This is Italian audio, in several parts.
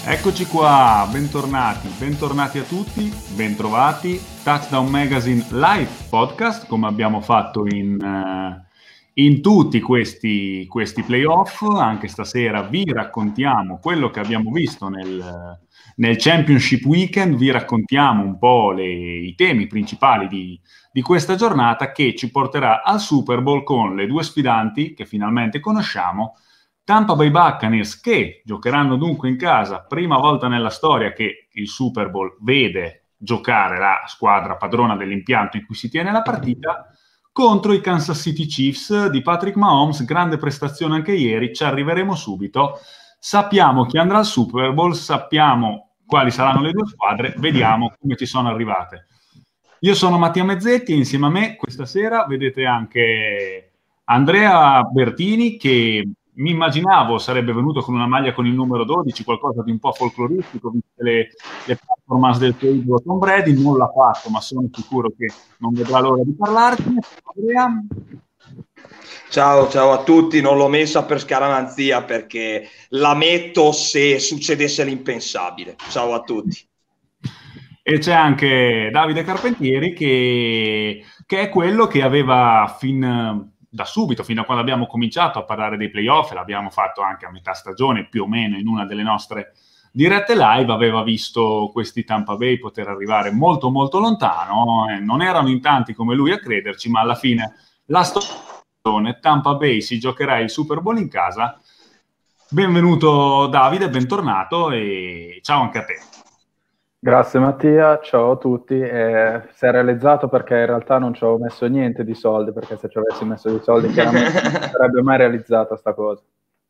Eccoci qua, bentornati a tutti, bentrovati. Touchdown Magazine Live Podcast, come abbiamo fatto in tutti questi playoff. Anche stasera vi raccontiamo quello che abbiamo visto nel Championship Weekend, vi raccontiamo un po' i temi principali di questa giornata che ci porterà al Super Bowl con le due sfidanti che finalmente conosciamo. Tampa Bay Buccaneers, che giocheranno dunque in casa, prima volta nella storia che il Super Bowl vede giocare la squadra padrona dell'impianto in cui si tiene la partita, contro i Kansas City Chiefs di Patrick Mahomes. Grande prestazione anche ieri, ci arriveremo subito. Sappiamo chi andrà al Super Bowl, sappiamo quali saranno le due squadre, vediamo come ci sono arrivate. Io sono Mattia Mezzetti e insieme a me questa sera vedete anche Andrea Bertini, che mi immaginavo sarebbe venuto con una maglia con il numero 12, qualcosa di un po' folcloristico, viste le performance del suo idolo Tom Brady. Non l'ha fatto, ma sono sicuro che non vedrà l'ora di parlarne. Andrea? Ciao a tutti, non l'ho messa per scaramanzia perché la metto se succedesse l'impensabile. Ciao a tutti. E c'è anche Davide Carpentieri che è quello che aveva fin da subito, fino a quando abbiamo cominciato a parlare dei playoff, l'abbiamo fatto anche a metà stagione, più o meno in una delle nostre dirette live, aveva visto questi Tampa Bay poter arrivare molto molto lontano, non erano in tanti come lui a crederci, ma alla fine la stagione Tampa Bay si giocherà il Super Bowl in casa. Benvenuto Davide, bentornato e ciao anche a te. Grazie Mattia, ciao a tutti. Si è realizzato perché in realtà non ci avevo messo niente di soldi, perché se ci avessi messo di soldi chiaramente non sarebbe mai realizzata sta cosa.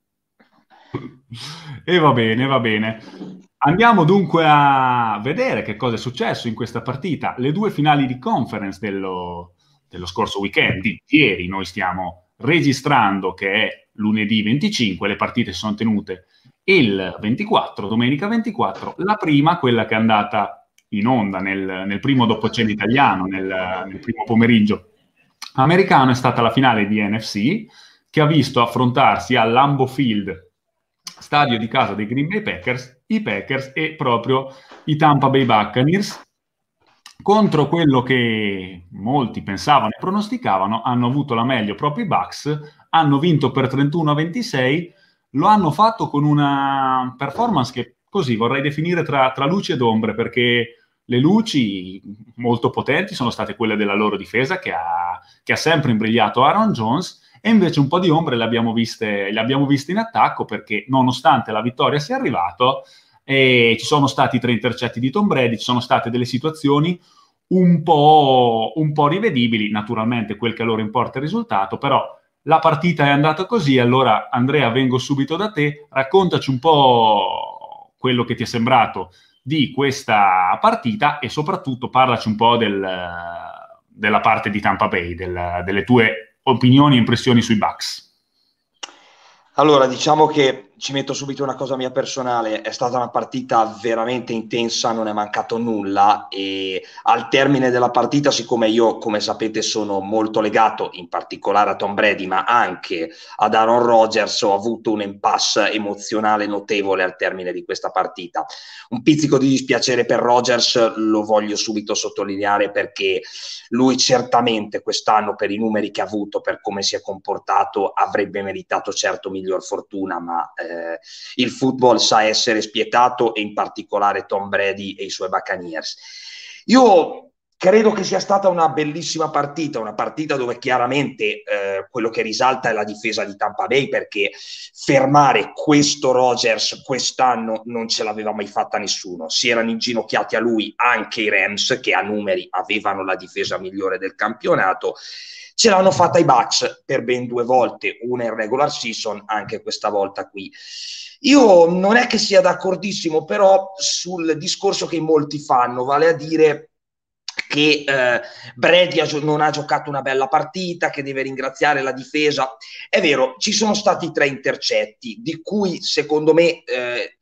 E va bene. Andiamo dunque a vedere che cosa è successo in questa partita. Le due finali di conference dello scorso weekend, di ieri. Noi stiamo registrando che è lunedì 25, le partite si sono tenute il 24, domenica 24, la prima, quella che è andata in onda nel primo dopo cena italiano, nel primo pomeriggio americano, è stata la finale di NFC, che ha visto affrontarsi al Lambeau Field, stadio di casa dei Green Bay Packers, i Packers e proprio i Tampa Bay Buccaneers, contro quello che molti pensavano e pronosticavano. Hanno avuto la meglio proprio i Bucs, hanno vinto per 31-26, lo hanno fatto con una performance che così vorrei definire tra luci ed ombre, perché le luci molto potenti sono state quelle della loro difesa che ha sempre imbrigliato Aaron Jones, e invece un po' di ombre le abbiamo viste in attacco, perché nonostante la vittoria sia arrivato, ci sono stati 3 intercetti di Tom Brady, ci sono state delle situazioni un po' rivedibili. Naturalmente quel che a loro importa è il risultato, però la partita è andata così. Allora Andrea, vengo subito da te, raccontaci un po' quello che ti è sembrato di questa partita e soprattutto parlaci un po' della parte di Tampa Bay, delle tue opinioni e impressioni sui Bucs. Allora, diciamo che ci metto subito una cosa mia personale. È stata una partita veramente intensa, non è mancato nulla, e al termine della partita, siccome io, come sapete, sono molto legato in particolare a Tom Brady, ma anche ad Aaron Rodgers, ho avuto un impasse emozionale notevole al termine di questa partita. Un pizzico di dispiacere per Rodgers lo voglio subito sottolineare, perché lui certamente quest'anno, per i numeri che ha avuto, per come si è comportato, avrebbe meritato certo miglior fortuna, ma il football sa essere spietato, e in particolare Tom Brady e i suoi Buccaneers. Io credo che sia stata una bellissima partita, una partita dove chiaramente quello che risalta è la difesa di Tampa Bay, perché fermare questo Rodgers quest'anno non ce l'aveva mai fatta nessuno. Si erano inginocchiati a lui anche i Rams, che a numeri avevano la difesa migliore del campionato. Ce l'hanno fatta i Bucs per ben 2 volte, una in regular season, anche questa volta qui. Io non è che sia d'accordissimo però sul discorso che molti fanno, vale a dire che Brady non ha giocato una bella partita, che deve ringraziare la difesa. È vero, ci sono stati 3 intercetti, di cui secondo me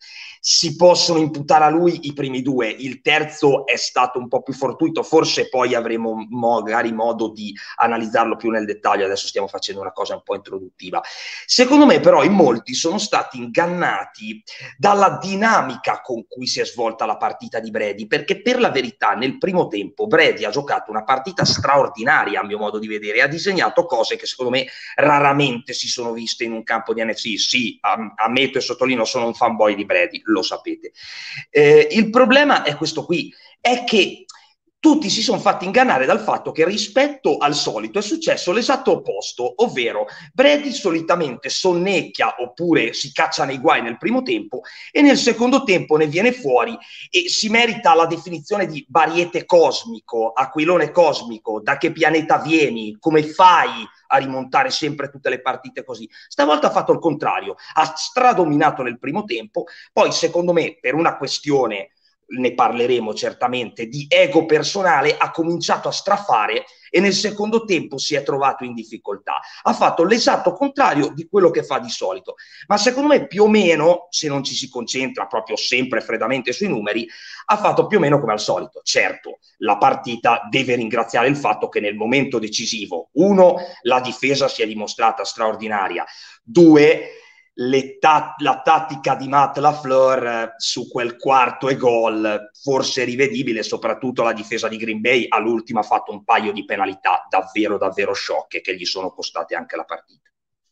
si possono imputare a lui i primi due, il terzo è stato un po' più fortuito, forse poi avremo magari modo di analizzarlo più nel dettaglio, adesso stiamo facendo una cosa un po' introduttiva. Secondo me però in molti sono stati ingannati dalla dinamica con cui si è svolta la partita di Brady, perché per la verità nel primo tempo Brady ha giocato una partita straordinaria a mio modo di vedere, ha disegnato cose che secondo me raramente si sono viste in un campo di NFC. Sì, ammetto e sottolineo, sono un fanboy di Brady, lo sapete. Il problema è questo qui, è che tutti si sono fatti ingannare dal fatto che rispetto al solito è successo l'esatto opposto, ovvero Brady solitamente sonnecchia oppure si caccia nei guai nel primo tempo e nel secondo tempo ne viene fuori e si merita la definizione di bariete cosmico, aquilone cosmico, da che pianeta vieni, come fai a rimontare sempre tutte le partite così. Stavolta ha fatto il contrario, ha stradominato nel primo tempo, poi secondo me per una questione, ne parleremo certamente, di ego personale, ha cominciato a strafare e nel secondo tempo si è trovato in difficoltà. Ha fatto l'esatto contrario di quello che fa di solito, ma secondo me più o meno, se non ci si concentra proprio sempre freddamente sui numeri, ha fatto più o meno come al solito. Certo, la partita deve ringraziare il fatto che nel momento decisivo, uno, la difesa si è dimostrata straordinaria, due, la tattica di Matt LaFleur su quel quarto e gol forse rivedibile, soprattutto la difesa di Green Bay all'ultima ha fatto un paio di penalità davvero davvero sciocche che gli sono costate anche la partita.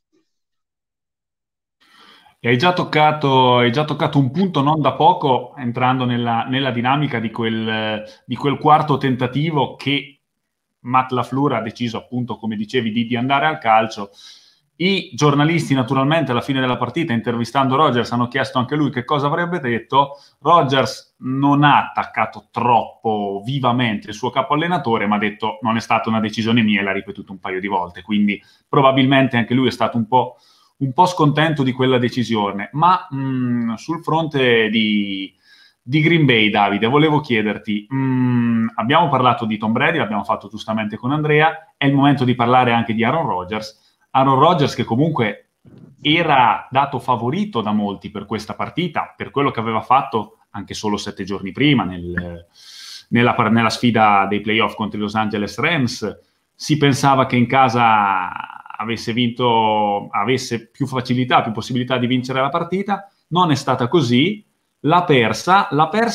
E hai già toccato un punto non da poco, entrando nella dinamica di quel quarto tentativo che Matt LaFleur ha deciso, appunto, come dicevi, di andare al calcio. I giornalisti, naturalmente, alla fine della partita, intervistando Rodgers, hanno chiesto anche lui che cosa avrebbe detto. Rodgers non ha attaccato troppo vivamente il suo capo allenatore, ma ha detto non è stata una decisione mia e l'ha ripetuto un paio di volte. Quindi probabilmente anche lui è stato un po' scontento di quella decisione. Ma sul fronte di Green Bay, Davide, volevo chiederti, abbiamo parlato di Tom Brady, l'abbiamo fatto giustamente con Andrea, è il momento di parlare anche di Aaron Rodgers. Aaron Rodgers che comunque era dato favorito da molti per questa partita, per quello che aveva fatto anche solo 7 giorni prima nella sfida dei playoff contro i Los Angeles Rams. Si pensava che in casa avesse più facilità, più possibilità di vincere la partita. Non è stata così, l'ha persa,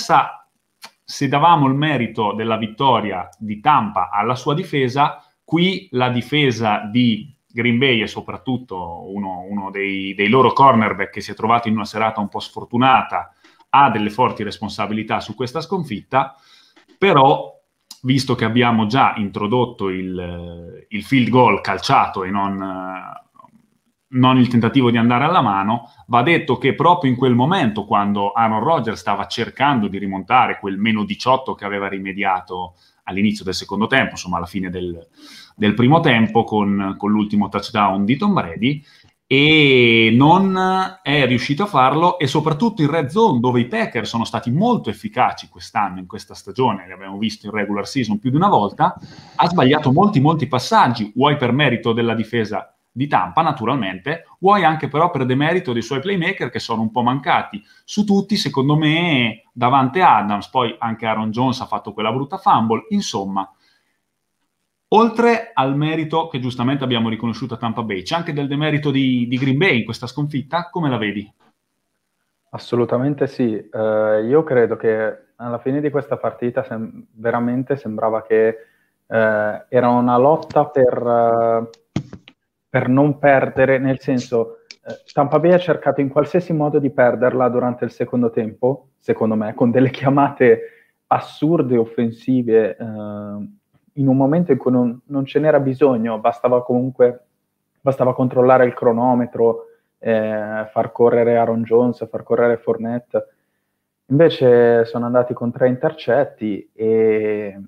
se davamo il merito della vittoria di Tampa alla sua difesa, qui la difesa di Green Bay e soprattutto uno dei loro cornerback che si è trovato in una serata un po' sfortunata ha delle forti responsabilità su questa sconfitta, però visto che abbiamo già introdotto il field goal calciato e non il tentativo di andare alla mano, va detto che proprio in quel momento, quando Aaron Rodgers stava cercando di rimontare quel meno 18 che aveva rimediato all'inizio del secondo tempo, insomma alla fine del primo tempo, con l'ultimo touchdown di Tom Brady, e non è riuscito a farlo, e soprattutto in red zone, dove i Packers sono stati molto efficaci quest'anno, in questa stagione, li abbiamo visto in regular season più di una volta, ha sbagliato molti passaggi, vuoi per merito della difesa di Tampa, naturalmente, vuoi anche però per demerito dei suoi playmaker che sono un po' mancati. Su tutti, secondo me, Davante Adams, poi anche Aaron Jones ha fatto quella brutta fumble, insomma. Oltre al merito che giustamente abbiamo riconosciuto a Tampa Bay, c'è anche del demerito di Green Bay in questa sconfitta? Come la vedi? Assolutamente sì. Io credo che alla fine di questa partita veramente sembrava che era una lotta per non perdere, nel senso, Tampa Bay ha cercato in qualsiasi modo di perderla durante il secondo tempo, secondo me, con delle chiamate assurde offensive, in un momento in cui non ce n'era bisogno, bastava controllare il cronometro, far correre Aaron Jones, far correre Fournette. Invece sono andati con 3 intercetti e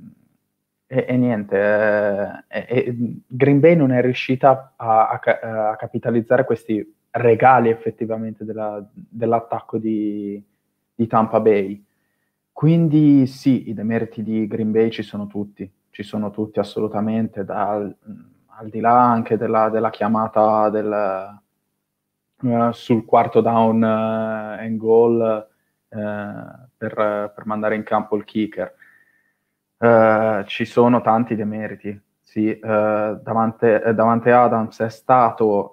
niente, Green Bay non è riuscita a capitalizzare questi regali effettivamente dell'attacco di Tampa Bay. Quindi sì, i demeriti di Green Bay ci sono tutti assolutamente, al di là anche della chiamata sul quarto down and goal, per mandare in campo il kicker. Ci sono tanti demeriti. Sì, Davante Adams è stato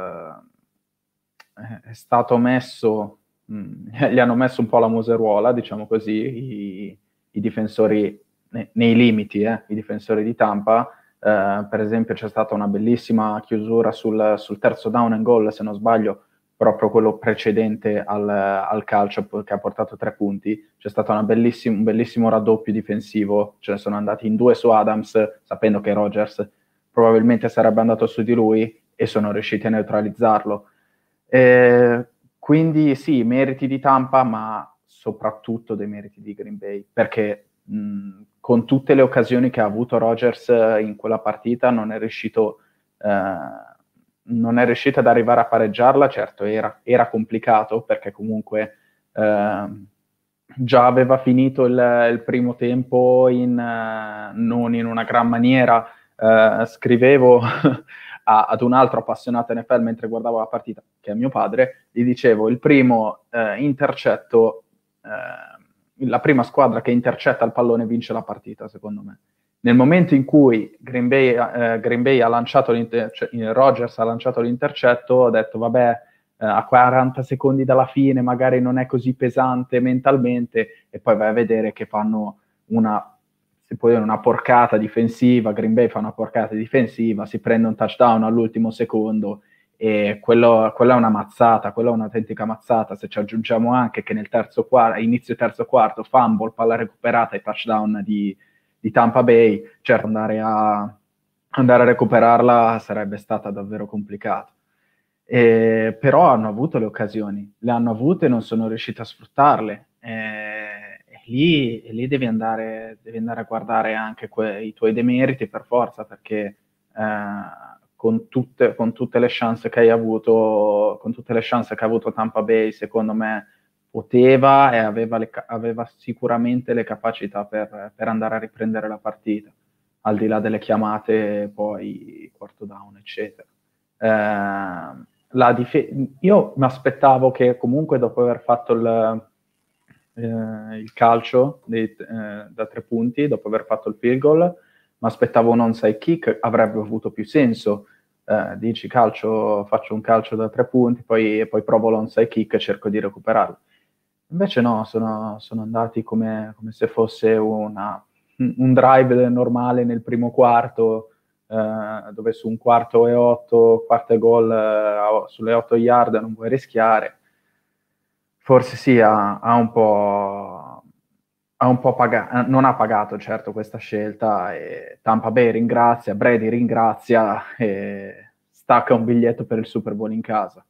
messo, gli hanno messo un po' la museruola, diciamo così, i difensori nei limiti, i difensori di Tampa. Per esempio c'è stata una bellissima chiusura sul terzo down and goal, se non sbaglio, proprio quello precedente al calcio che ha portato 3 punti. C'è stato un bellissimo raddoppio difensivo, ce ne sono andati in 2 su Adams, sapendo che Rodgers probabilmente sarebbe andato su di lui, e sono riusciti a neutralizzarlo. Quindi sì, meriti di Tampa, ma soprattutto dei meriti di Green Bay, perché con tutte le occasioni che ha avuto Rodgers in quella partita non è riuscito ad arrivare a pareggiarla. Certo, era complicato, perché comunque già aveva finito il primo tempo non in una gran maniera. Scrivevo ad un altro appassionato NFL mentre guardavo la partita, che è mio padre, gli dicevo: il primo intercetto, la prima squadra che intercetta il pallone vince la partita, secondo me. Nel momento in cui Green Bay ha lanciato Rodgers ha lanciato l'intercetto, ho detto vabbè, a 40 secondi dalla fine magari non è così pesante mentalmente, e poi vai a vedere che fanno una porcata difensiva. Green Bay fa una porcata difensiva, si prende un touchdown all'ultimo secondo, e quella è una mazzata, quella è un'autentica mazzata. Se ci aggiungiamo anche che nel inizio terzo quarto, fumble, palla recuperata e touchdown di Tampa Bay, certo andare a recuperarla sarebbe stata davvero complicato. Però hanno avuto le occasioni, le hanno avute e non sono riusciti a sfruttarle. Lì devi andare a guardare anche i tuoi demeriti per forza, perché con tutte le chance che hai avuto, con tutte le chance che ha avuto Tampa Bay, secondo me poteva e aveva sicuramente le capacità per andare a riprendere la partita, al di là delle chiamate, poi quarto down, eccetera. Io mi aspettavo che comunque, dopo aver fatto il calcio da 3 punti, dopo aver fatto il field goal, mi aspettavo un onside kick, avrebbe avuto più senso. Dici calcio, faccio un calcio da 3 punti, poi provo l'onside kick e cerco di recuperarlo. Invece no, sono andati come se fosse un drive normale nel primo quarto, dove su un quarto e 8, quarto e gol sulle 8 yard non vuoi rischiare. Forse sì, ha un po' pagato, non ha pagato certo questa scelta, e Tampa Bay ringrazia, Brady ringrazia e stacca un biglietto per il Super Bowl in casa.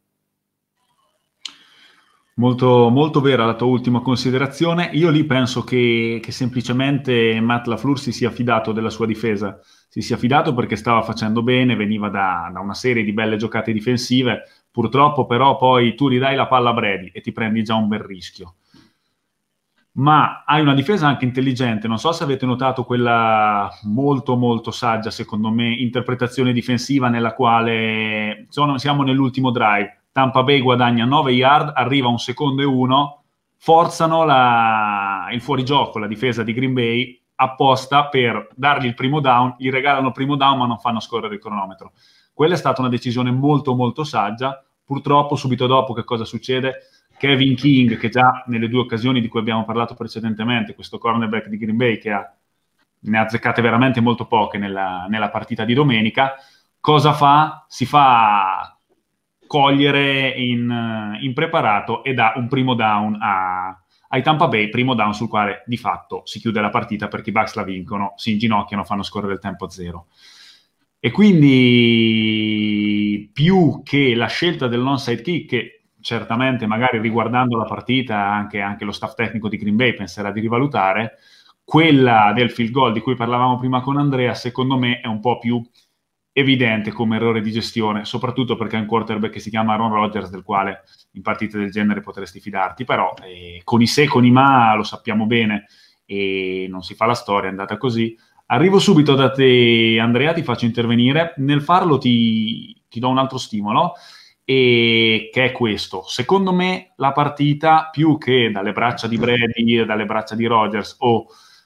Molto, molto vera la tua ultima considerazione. Io lì penso che semplicemente Matt LaFleur si sia fidato della sua difesa, si sia fidato perché stava facendo bene, veniva da una serie di belle giocate difensive. Purtroppo però poi tu ridai la palla a Brady e ti prendi già un bel rischio. Ma hai una difesa anche intelligente. Non so se avete notato quella molto molto saggia, secondo me, interpretazione difensiva nella quale siamo nell'ultimo drive. Tampa Bay guadagna 9 yard, arriva un secondo e 1, forzano il fuorigioco, la difesa di Green Bay, apposta per dargli il primo down, gli regalano il primo down ma non fanno scorrere il cronometro. Quella è stata una decisione molto molto saggia. Purtroppo subito dopo che cosa succede? Kevin King, che già nelle 2 occasioni di cui abbiamo parlato precedentemente, questo cornerback di Green Bay che ne ha azzeccate veramente molto poche nella partita di domenica, cosa fa? Si fa cogliere in preparato e dà un primo down ai Tampa Bay, primo down sul quale di fatto si chiude la partita perché i Bucks la vincono, si inginocchiano, fanno scorrere il tempo a 0. E quindi più che la scelta dell'onside kick, che certamente magari riguardando la partita anche lo staff tecnico di Green Bay penserà di rivalutare, quella del field goal di cui parlavamo prima con Andrea, secondo me è un po' più evidente come errore di gestione, soprattutto perché è un quarterback che si chiama Aaron Rodgers, del quale in partite del genere potresti fidarti, però con i se, con i ma lo sappiamo bene e non si fa la storia, è andata così. Arrivo subito da te, Andrea, ti faccio intervenire. Nel farlo ti do un altro stimolo. e che è questo. Secondo me la partita, più che dalle braccia di Brady, dalle braccia di Rodgers o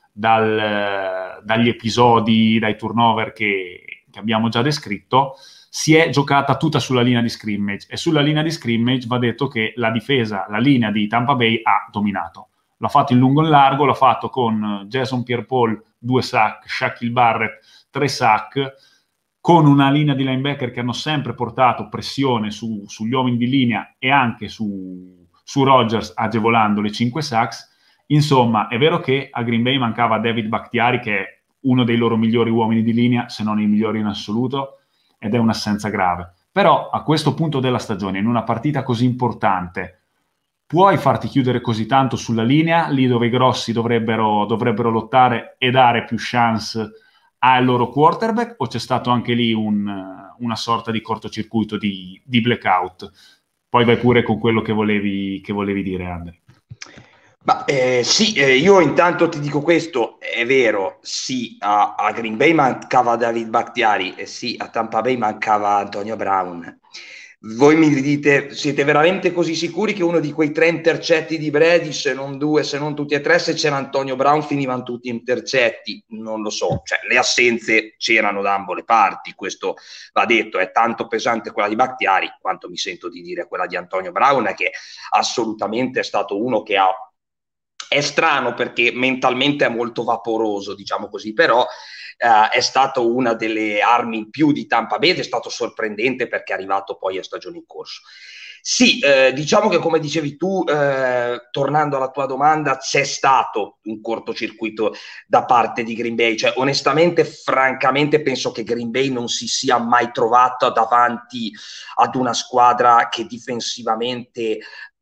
dagli episodi, dai turnover che abbiamo già descritto, si è giocata tutta sulla linea di scrimmage, e sulla linea di scrimmage va detto che la difesa, la linea di Tampa Bay ha dominato. L'ha fatto in lungo e in largo, l'ha fatto con Jason Pierre-Paul 2 sack, Shaquille Barrett 3 sack, con una linea di linebacker che hanno sempre portato pressione sugli uomini di linea e anche su Rodgers, agevolando le 5 sacks. Insomma, è vero che a Green Bay mancava David Bakhtiari, che è uno dei loro migliori uomini di linea, se non il migliore in assoluto, ed è un'assenza grave. Però a questo punto della stagione, in una partita così importante, puoi farti chiudere così tanto sulla linea, lì dove i grossi dovrebbero lottare e dare più chance al loro quarterback, o c'è stato anche lì una sorta di cortocircuito, di blackout? Poi vai pure con quello che volevi dire, Andre. Ma sì, io intanto ti dico questo, è vero, sì, a Green Bay mancava David Bakhtiari e sì, a Tampa Bay mancava Antonio Brown. Voi mi dite, siete veramente così sicuri che uno di quei 3 intercetti di Brady, se non 2, se non tutti e 3, se c'era Antonio Brown finivano tutti intercetti? Non lo so, cioè le assenze c'erano da ambo le parti, questo va detto, è tanto pesante quella di Bakhtiari quanto mi sento di dire quella di Antonio Brown, che assolutamente è stato uno che è strano perché mentalmente è molto vaporoso, diciamo così, però è stato una delle armi in più di Tampa Bay ed è stato sorprendente perché è arrivato poi a stagione in corso. Sì, diciamo che come dicevi tu, tornando alla tua domanda, c'è stato un cortocircuito da parte di Green Bay, cioè onestamente, francamente penso che Green Bay non si sia mai trovato davanti ad una squadra che difensivamente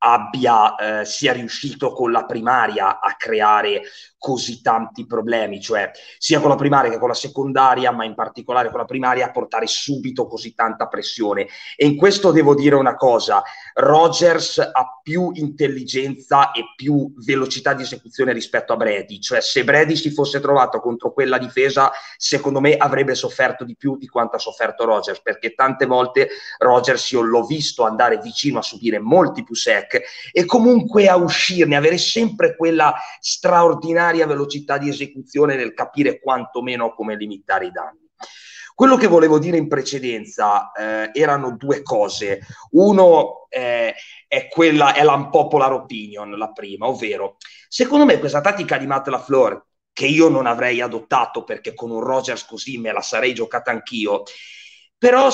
sia riuscito con la primaria a creare così tanti problemi, cioè sia con la primaria che con la secondaria, ma in particolare con la primaria, a portare subito così tanta pressione. E in questo devo dire una cosa: Rodgers ha più intelligenza e più velocità di esecuzione rispetto a Brady, cioè se Brady si fosse trovato contro quella difesa, secondo me avrebbe sofferto di più di quanto ha sofferto Rodgers, perché tante volte Rodgers io l'ho visto andare vicino a subire molti più sack e comunque a uscirne, avere sempre quella straordinaria velocità di esecuzione nel capire quantomeno come limitare i danni. Quello che volevo dire in precedenza erano 2 cose. Uno è l'unpopular opinion, la prima, ovvero secondo me questa tattica di Matt LaFleur, che io non avrei adottato perché con un Rodgers così me la sarei giocata anch'io, però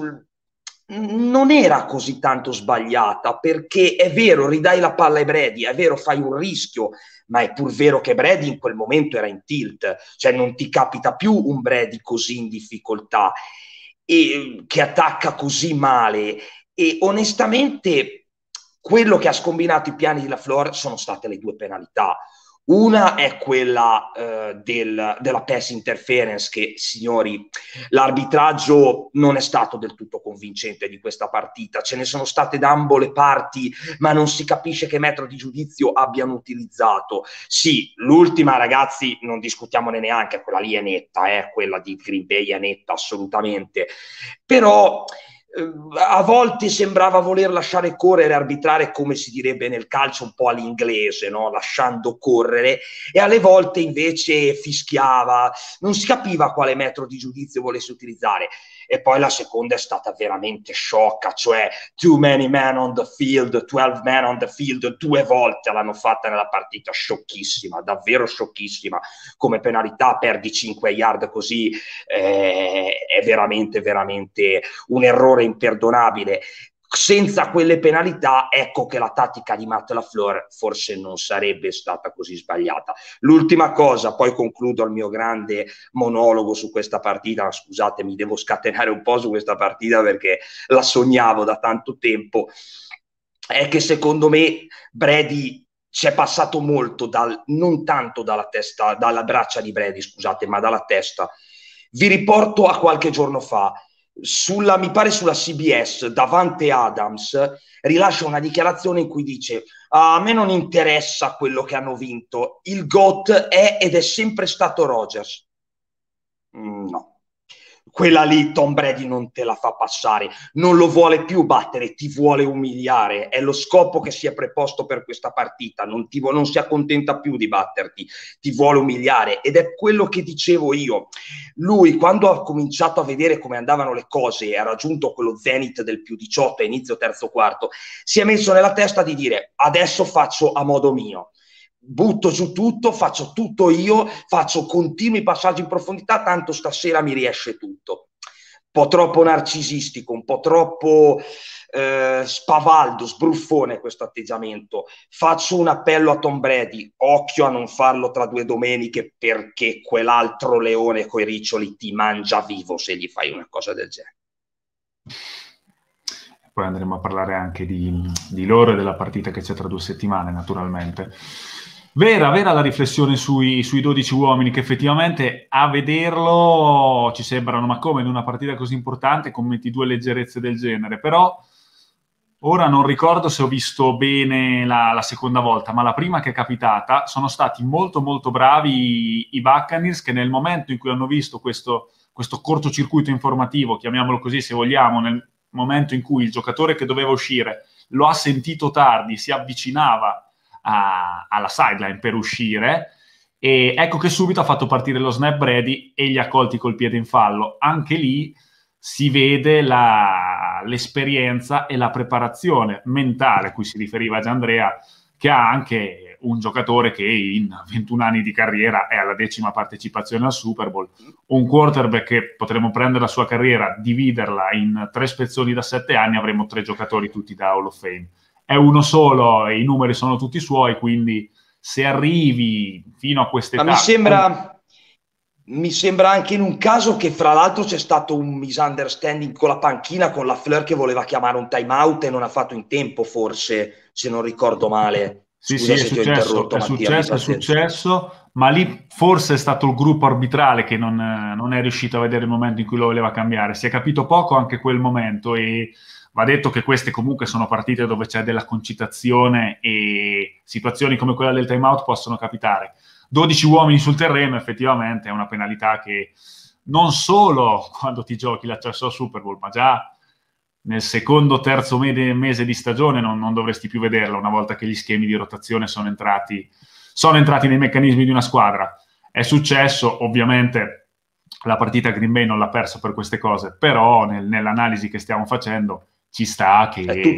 non era così tanto sbagliata, perché è vero, ridai la palla ai Brady, è vero, fai un rischio, ma è pur vero che Brady in quel momento era in tilt, cioè non ti capita più un Brady così in difficoltà e che attacca così male. E onestamente quello che ha scombinato i piani di LaFleur sono state le 2 penalità. Una è quella della pass interference, che, signori, l'arbitraggio non è stato del tutto convincente di questa partita. Ce ne sono state da ambo le parti, ma non si capisce che metro di giudizio abbiano utilizzato. Sì, l'ultima, ragazzi, non discutiamone neanche, quella lì è netta, quella di Green Bay è netta assolutamente. Però a volte sembrava voler lasciare correre, arbitrare, come si direbbe nel calcio un po' all'inglese, no? Lasciando correre, e alle volte invece fischiava, non si capiva quale metro di giudizio volesse utilizzare. E poi la seconda è stata veramente sciocca, cioè too many men on the field, 12 men on the field, 2 volte l'hanno fatta nella partita, sciocchissima, davvero sciocchissima. Come penalità perdi 5 yard così, è veramente veramente un errore imperdonabile. Senza quelle penalità, ecco che la tattica di Matt LaFleur forse non sarebbe stata così sbagliata. L'ultima cosa, poi concludo il mio grande monologo su questa partita. Scusate, mi devo scatenare un po' su questa partita perché la sognavo da tanto tempo. È che secondo me Brady c'è passato molto non tanto dalla testa, dalla braccia di Brady, scusate, ma dalla testa. Vi riporto a qualche giorno fa. Mi pare sulla CBS, Davante Adams rilascia una dichiarazione in cui dice: a me non interessa quello che hanno vinto, il GOAT è ed è sempre stato Rodgers. No. quella lì Tom Brady non te la fa passare, non lo vuole più battere, ti vuole umiliare, è lo scopo che si è preposto per questa partita, non si accontenta più di batterti, ti vuole umiliare, ed è quello che dicevo io. Lui, quando ha cominciato a vedere come andavano le cose, ha raggiunto quello zenith del più 18 a inizio terzo quarto, si è messo nella testa di dire: adesso faccio a modo mio, butto giù tutto, faccio tutto io, faccio continui passaggi in profondità, tanto stasera mi riesce tutto. Un po' troppo narcisistico, un po' troppo spavaldo, sbruffone questo atteggiamento. Faccio un appello a Tom Brady: occhio a non farlo tra 2 domeniche, perché quell'altro leone coi riccioli ti mangia vivo se gli fai una cosa del genere. Poi andremo a parlare anche di loro e della partita che c'è tra 2 settimane, naturalmente. Vera la riflessione sui 12 uomini, che effettivamente a vederlo ci sembrano, ma come in una partita così importante commetti 2 leggerezze del genere, però ora non ricordo se ho visto bene la seconda volta, ma la prima che è capitata sono stati molto molto bravi i Buccaneers, che nel momento in cui hanno visto questo cortocircuito informativo, chiamiamolo così se vogliamo, nel momento in cui il giocatore che doveva uscire lo ha sentito tardi, si avvicinava alla sideline per uscire, e ecco che subito ha fatto partire lo snap Brady e gli ha colti col piede in fallo. Anche lì si vede l'esperienza e la preparazione mentale a cui si riferiva Gianandrea, che ha anche un giocatore che in 21 anni di carriera è alla 10ª partecipazione al Super Bowl, un quarterback che potremmo prendere la sua carriera, dividerla in 3 spezzoni da 7 anni, avremo 3 giocatori tutti da Hall of Fame. È uno solo e i numeri sono tutti suoi, quindi se arrivi fino a quest'età... Mi sembra anche in un caso che fra l'altro c'è stato un misunderstanding con la panchina, con la Fleur che voleva chiamare un time out e non ha fatto in tempo, forse, se non ricordo male. Scusa se ti ho interrotto, Mattia. È successo, ma lì forse è stato il gruppo arbitrale che non è riuscito a vedere il momento in cui lo voleva cambiare. Si è capito poco anche quel momento, e va detto che queste comunque sono partite dove c'è della concitazione e situazioni come quella del time out possono capitare. 12 uomini sul terreno effettivamente è una penalità che non solo quando ti giochi l'accesso al Super Bowl, ma già nel secondo, terzo mese di stagione non dovresti più vederla, una volta che gli schemi di rotazione sono entrati nei meccanismi di una squadra. È successo, ovviamente la partita Green Bay non l'ha persa per queste cose, però nell'analisi che stiamo facendo ci sta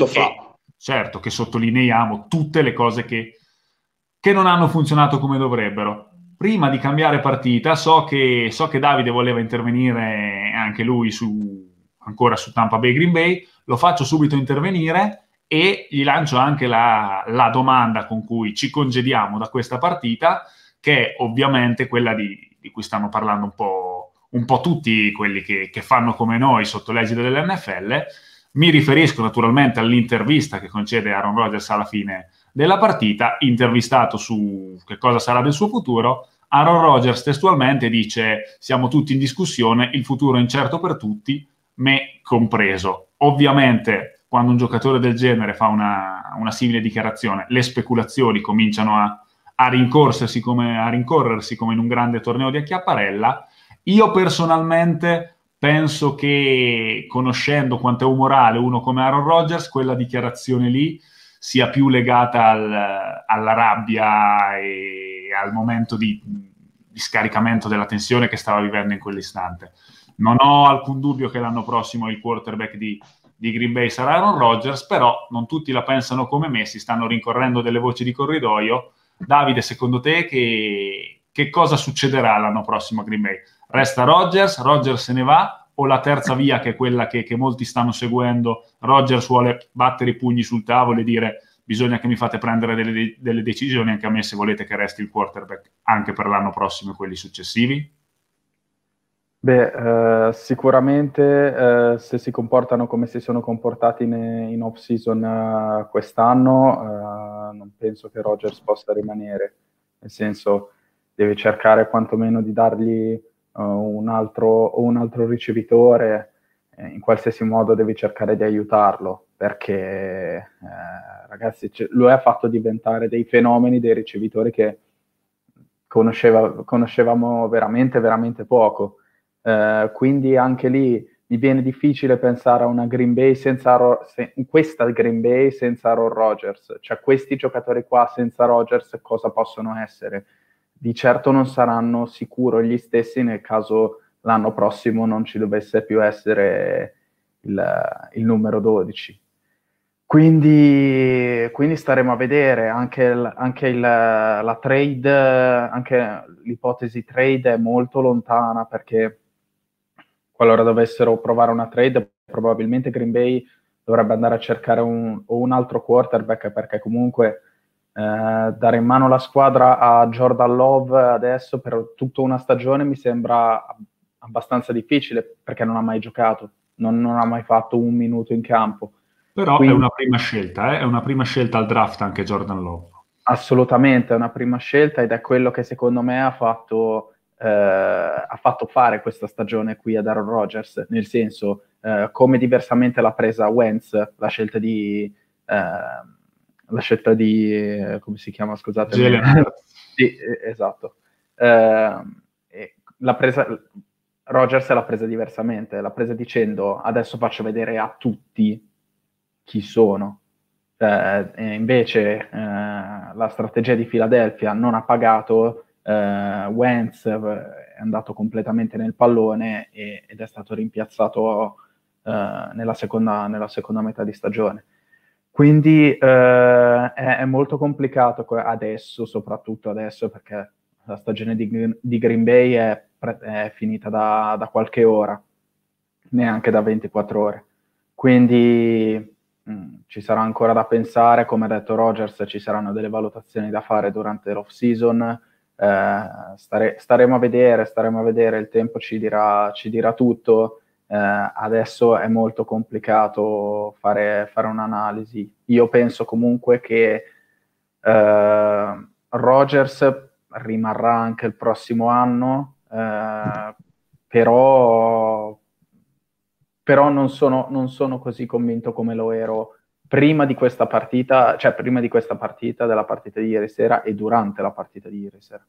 certo, che sottolineiamo tutte le cose che non hanno funzionato come dovrebbero. Prima di cambiare partita, so che Davide voleva intervenire anche lui ancora su Tampa Bay Green Bay, lo faccio subito intervenire e gli lancio anche la domanda con cui ci congediamo da questa partita, che è ovviamente quella di cui stanno parlando un po' tutti quelli che fanno come noi sotto l'egida dell'NFL. Mi riferisco naturalmente all'intervista che concede Aaron Rodgers alla fine della partita, intervistato su che cosa sarà del suo futuro. Aaron Rodgers testualmente dice: siamo tutti in discussione, il futuro è incerto per tutti, me compreso. Ovviamente quando un giocatore del genere fa una simile dichiarazione, le speculazioni cominciano a rincorrersi come in un grande torneo di acchiapparella. Io personalmente penso che, conoscendo quanto è umorale uno come Aaron Rodgers, quella dichiarazione lì sia più legata alla rabbia e al momento di scaricamento della tensione che stava vivendo in quell'istante. Non ho alcun dubbio che l'anno prossimo il quarterback di Green Bay sarà Aaron Rodgers, però non tutti la pensano come me, si stanno rincorrendo delle voci di corridoio. Davide, secondo te che cosa succederà l'anno prossimo a Green Bay? Resta Rodgers se ne va, o la terza via, che è quella che molti stanno seguendo, Rodgers vuole battere i pugni sul tavolo e dire: bisogna che mi fate prendere delle decisioni anche a me se volete che resti il quarterback anche per l'anno prossimo e quelli successivi? Sicuramente se si comportano come si sono comportati in off-season quest'anno, non penso che Rodgers possa rimanere, nel senso, devi cercare quantomeno di dargli un altro ricevitore, in qualsiasi modo devi cercare di aiutarlo, perché ragazzi, lui ha fatto diventare dei fenomeni, dei ricevitori che conoscevamo veramente veramente poco. quindi anche lì mi viene difficile pensare a una Green Bay questa Green Bay senza Aaron Rodgers, cioè questi giocatori qua senza Rodgers cosa possono essere? Di certo non saranno sicuro gli stessi nel caso l'anno prossimo non ci dovesse più essere il numero 12. Quindi staremo a vedere, anche la trade, anche l'ipotesi trade è molto lontana, perché qualora dovessero provare una trade, probabilmente Green Bay dovrebbe andare a cercare un altro quarterback, perché comunque dare in mano la squadra a Jordan Love adesso per tutta una stagione mi sembra abbastanza difficile, perché non ha mai giocato, non ha mai fatto un minuto in campo. Però quindi, è una prima scelta, è una prima scelta al draft anche Jordan Love. Assolutamente, è una prima scelta ed è quello che secondo me ha fatto fare questa stagione qui ad Aaron Rodgers, nel senso, come diversamente l'ha presa Wentz, la scelta di come si chiama, scusate? Sì, esatto. Rodgers l'ha presa diversamente, l'ha presa dicendo adesso faccio vedere a tutti chi sono. Invece la strategia di Philadelphia non ha pagato, Wentz è andato completamente nel pallone ed è stato rimpiazzato nella seconda metà di stagione. Quindi è molto complicato adesso, soprattutto adesso, perché la stagione di Green Bay è finita da qualche ora, neanche da 24 ore. Quindi ci sarà ancora da pensare, come ha detto Rodgers, ci saranno delle valutazioni da fare durante l'off-season, staremo a vedere, il tempo ci dirà tutto. Adesso è molto complicato fare un'analisi. Io penso comunque che Rodgers rimarrà anche il prossimo anno, però non sono così convinto come lo ero prima di questa partita, della partita di ieri sera e durante la partita di ieri sera.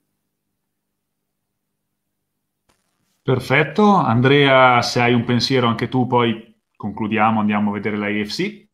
Perfetto. Andrea, se hai un pensiero anche tu, poi concludiamo, andiamo a vedere la AFC.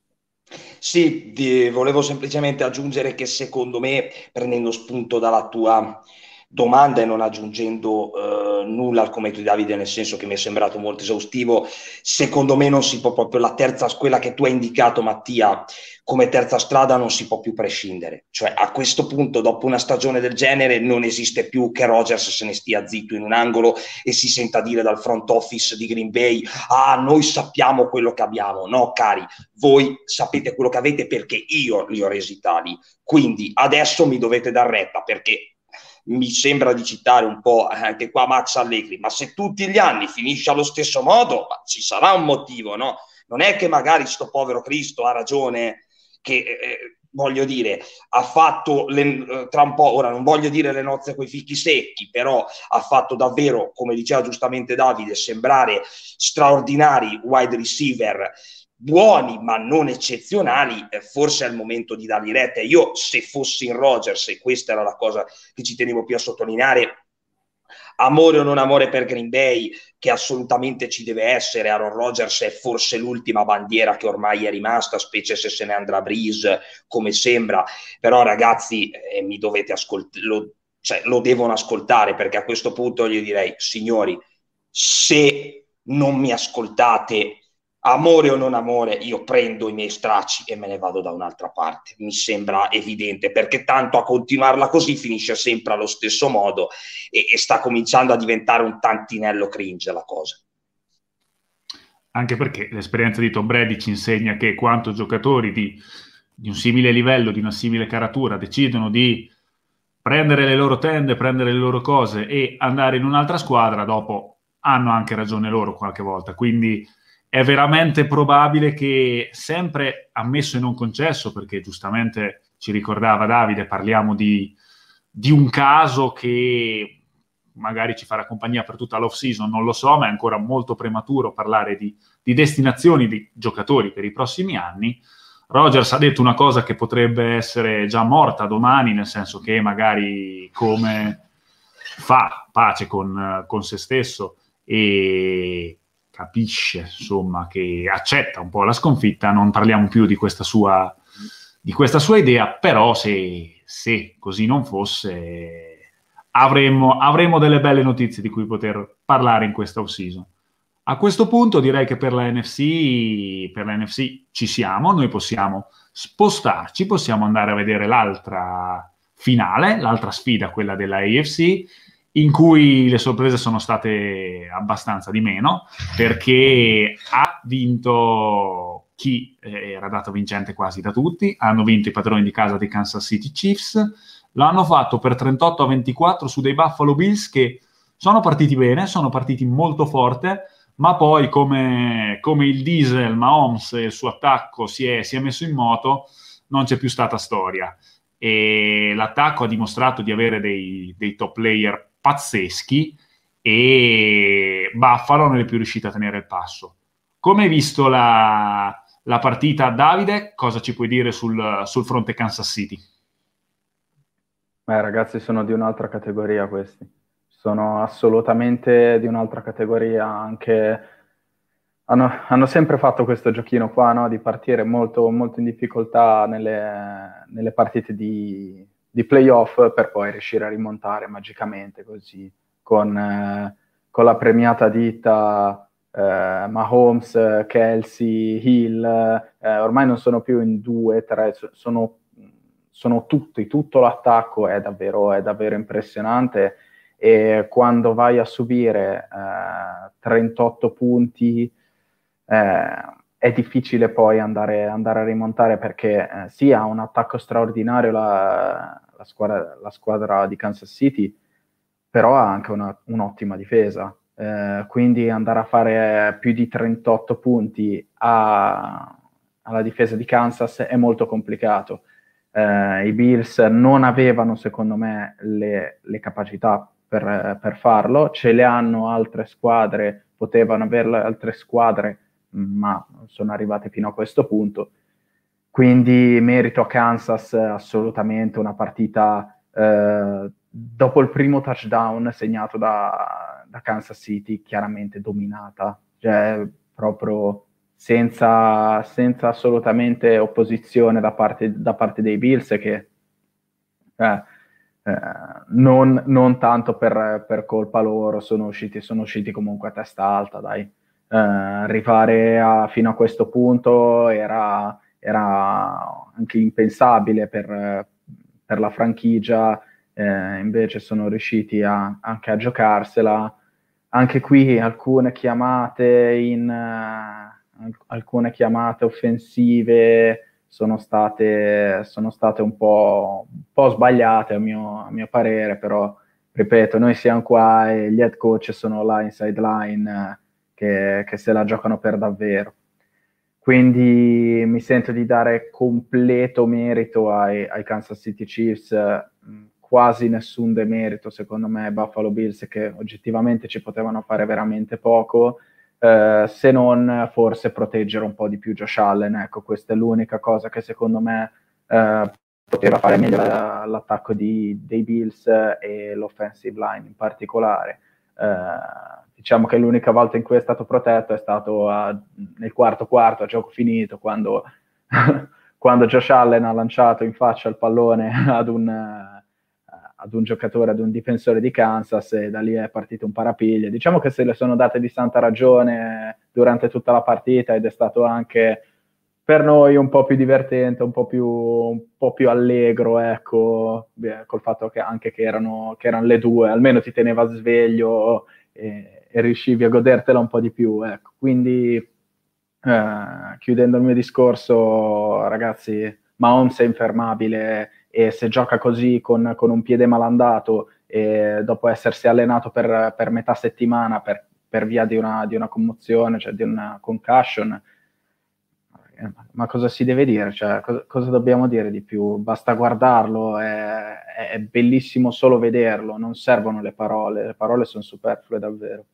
Sì, volevo semplicemente aggiungere che secondo me, prendendo spunto dalla tua domanda e non aggiungendo nulla al commento di Davide, nel senso che mi è sembrato molto esaustivo, secondo me non si può proprio, quella che tu hai indicato, Mattia, come terza strada non si può più prescindere. Cioè a questo punto, dopo una stagione del genere, non esiste più che Rodgers se ne stia zitto in un angolo e si senta dire dal front office di Green Bay: ah, noi sappiamo quello che abbiamo. No, cari, voi sapete quello che avete perché io li ho resi tali. Quindi adesso mi dovete dar retta, perché mi sembra di citare un po' anche qua Max Allegri, ma se tutti gli anni finisce allo stesso modo, ci sarà un motivo, no? Non è che magari sto povero Cristo ha ragione, che voglio dire, ha fatto tra un po', ora non voglio dire le nozze coi fichi secchi, però ha fatto davvero, come diceva giustamente Davide, sembrare straordinari wide receiver, buoni ma non eccezionali. Forse è il momento di dargli retta. Io, se fossi in Rodgers, e questa era la cosa che ci tenevo più a sottolineare, amore o non amore per Green Bay, che assolutamente ci deve essere, Aaron Rodgers è forse l'ultima bandiera che ormai è rimasta, specie se se ne andrà Breeze, come sembra. Però ragazzi, mi dovete lo devono ascoltare, perché a questo punto gli direi: signori, se non mi ascoltate, amore o non amore, io prendo i miei stracci e me ne vado da un'altra parte. Mi sembra evidente, perché tanto a continuarla così finisce sempre allo stesso modo e sta cominciando a diventare un tantinello cringe la cosa. Anche perché l'esperienza di Tom Brady ci insegna che quando giocatori di un simile livello, di una simile caratura, decidono di prendere le loro tende, prendere le loro cose e andare in un'altra squadra, dopo hanno anche ragione loro qualche volta. Quindi è veramente probabile che, sempre ammesso e non concesso, perché giustamente ci ricordava Davide, parliamo di un caso che magari ci farà compagnia per tutta l'off-season, non lo so, ma è ancora molto prematuro parlare di destinazioni di giocatori per i prossimi anni. Rodgers ha detto una cosa che potrebbe essere già morta domani, nel senso che magari, come fa pace con se stesso e capisce, insomma, che accetta un po' la sconfitta. Non parliamo più di questa sua idea, però se così non fosse, avremmo delle belle notizie di cui poter parlare in questa off-season. A questo punto direi che per la NFC ci siamo, noi possiamo spostarci, possiamo andare a vedere l'altra finale, l'altra sfida, quella della AFC, in cui le sorprese sono state abbastanza di meno, perché ha vinto chi era dato vincente quasi da tutti, hanno vinto i padroni di casa dei Kansas City Chiefs, l'hanno fatto per 38-24 su dei Buffalo Bills che sono partiti bene, sono partiti molto forte, ma poi come il diesel Mahomes e il suo attacco si è messo in moto, non c'è più stata storia. E l'attacco ha dimostrato di avere dei top player pazzeschi e Buffalo non è più riuscita a tenere il passo. Come hai visto la partita, Davide? Cosa ci puoi dire sul fronte Kansas City? Ragazzi, sono di un'altra categoria questi. Sono assolutamente di un'altra categoria, anche hanno sempre fatto questo giochino qua, no? Di partire molto, molto in difficoltà nelle partite di playoff per poi riuscire a rimontare magicamente così con la premiata ditta Mahomes, Kelsey, Hill, ormai non sono più in 2-3, sono tutto l'attacco è davvero impressionante. E quando vai a subire 38 punti è difficile poi andare a rimontare, perché sì, ha un attacco straordinario la squadra di Kansas City, però ha anche un'ottima difesa, quindi andare a fare più di 38 punti alla difesa di Kansas è molto complicato. I Bills non avevano, secondo me, le capacità per farlo, ce le hanno altre squadre, potevano averle altre squadre, ma non sono arrivate fino a questo punto. Quindi merito a Kansas assolutamente, una partita dopo il primo touchdown segnato da Kansas City, chiaramente dominata, cioè proprio senza assolutamente opposizione da parte dei Bills, che non tanto per colpa loro sono usciti comunque a testa alta, dai. Arrivare fino a questo punto era anche impensabile per la franchigia, invece sono riusciti anche a giocarsela. Anche qui alcune chiamate offensive sono state un po' sbagliate a mio parere, però ripeto, noi siamo qua e gli head coach sono là in sideline che se la giocano per davvero. Quindi mi sento di dare completo merito ai Kansas City Chiefs, quasi nessun demerito secondo me ai Buffalo Bills, che oggettivamente ci potevano fare veramente poco, se non forse proteggere un po' di più Josh Allen. Ecco, questa è l'unica cosa che secondo me poteva fare meglio l'attacco dei Bills e l'offensive line in particolare. Diciamo che l'unica volta in cui è stato protetto è stato nel quarto a gioco finito, quando Josh Allen ha lanciato in faccia il pallone ad un giocatore, ad un difensore di Kansas, e da lì è partito un parapiglia. Diciamo che se le sono date di santa ragione durante tutta la partita, ed è stato anche per noi un po' più divertente, un po' più allegro, ecco, col fatto che anche che erano le 2, almeno ti teneva sveglio e riuscivi a godertela un po' di più, ecco. Quindi chiudendo il mio discorso, ragazzi, Mahomes è infermabile, e se gioca così con un piede malandato, e dopo essersi allenato per metà settimana per via di una commozione, cioè di una concussion, ma cosa si deve dire? Cioè, cosa dobbiamo dire di più? Basta guardarlo, è bellissimo solo vederlo, non servono le parole sono superflue davvero.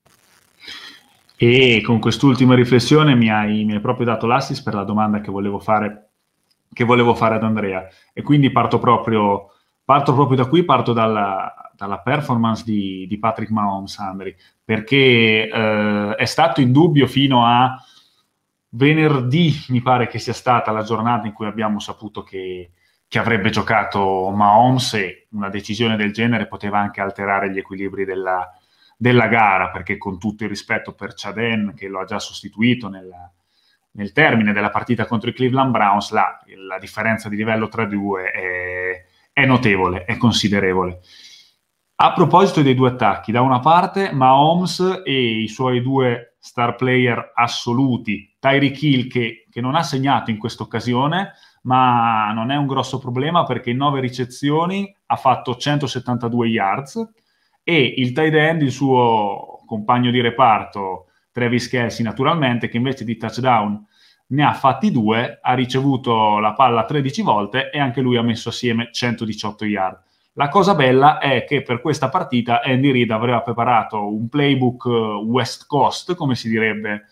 E con quest'ultima riflessione mi hai proprio dato l'assist per la domanda che volevo fare ad Andrea, e quindi parto proprio Parto proprio da qui, parto dalla performance di Patrick Mahomes, Andri, perché è stato in dubbio fino a venerdì, mi pare che sia stata la giornata in cui abbiamo saputo che avrebbe giocato Mahomes, e una decisione del genere poteva anche alterare gli equilibri della gara, perché con tutto il rispetto per Chaden, che lo ha già sostituito nel termine della partita contro i Cleveland Browns, la differenza di livello tra i due è notevole, è considerevole. A proposito dei due attacchi, da una parte Mahomes e i suoi due star player assoluti, Tyreek Hill che non ha segnato in questa occasione, ma non è un grosso problema perché in 9 ricezioni ha fatto 172 yards, e il tight end, il suo compagno di reparto, Travis Kelce, naturalmente, che invece di touchdown ne ha fatti 2, ha ricevuto la palla 13 volte e anche lui ha messo assieme 118 yard. La cosa bella è che per questa partita Andy Reid aveva preparato un playbook West Coast, come si direbbe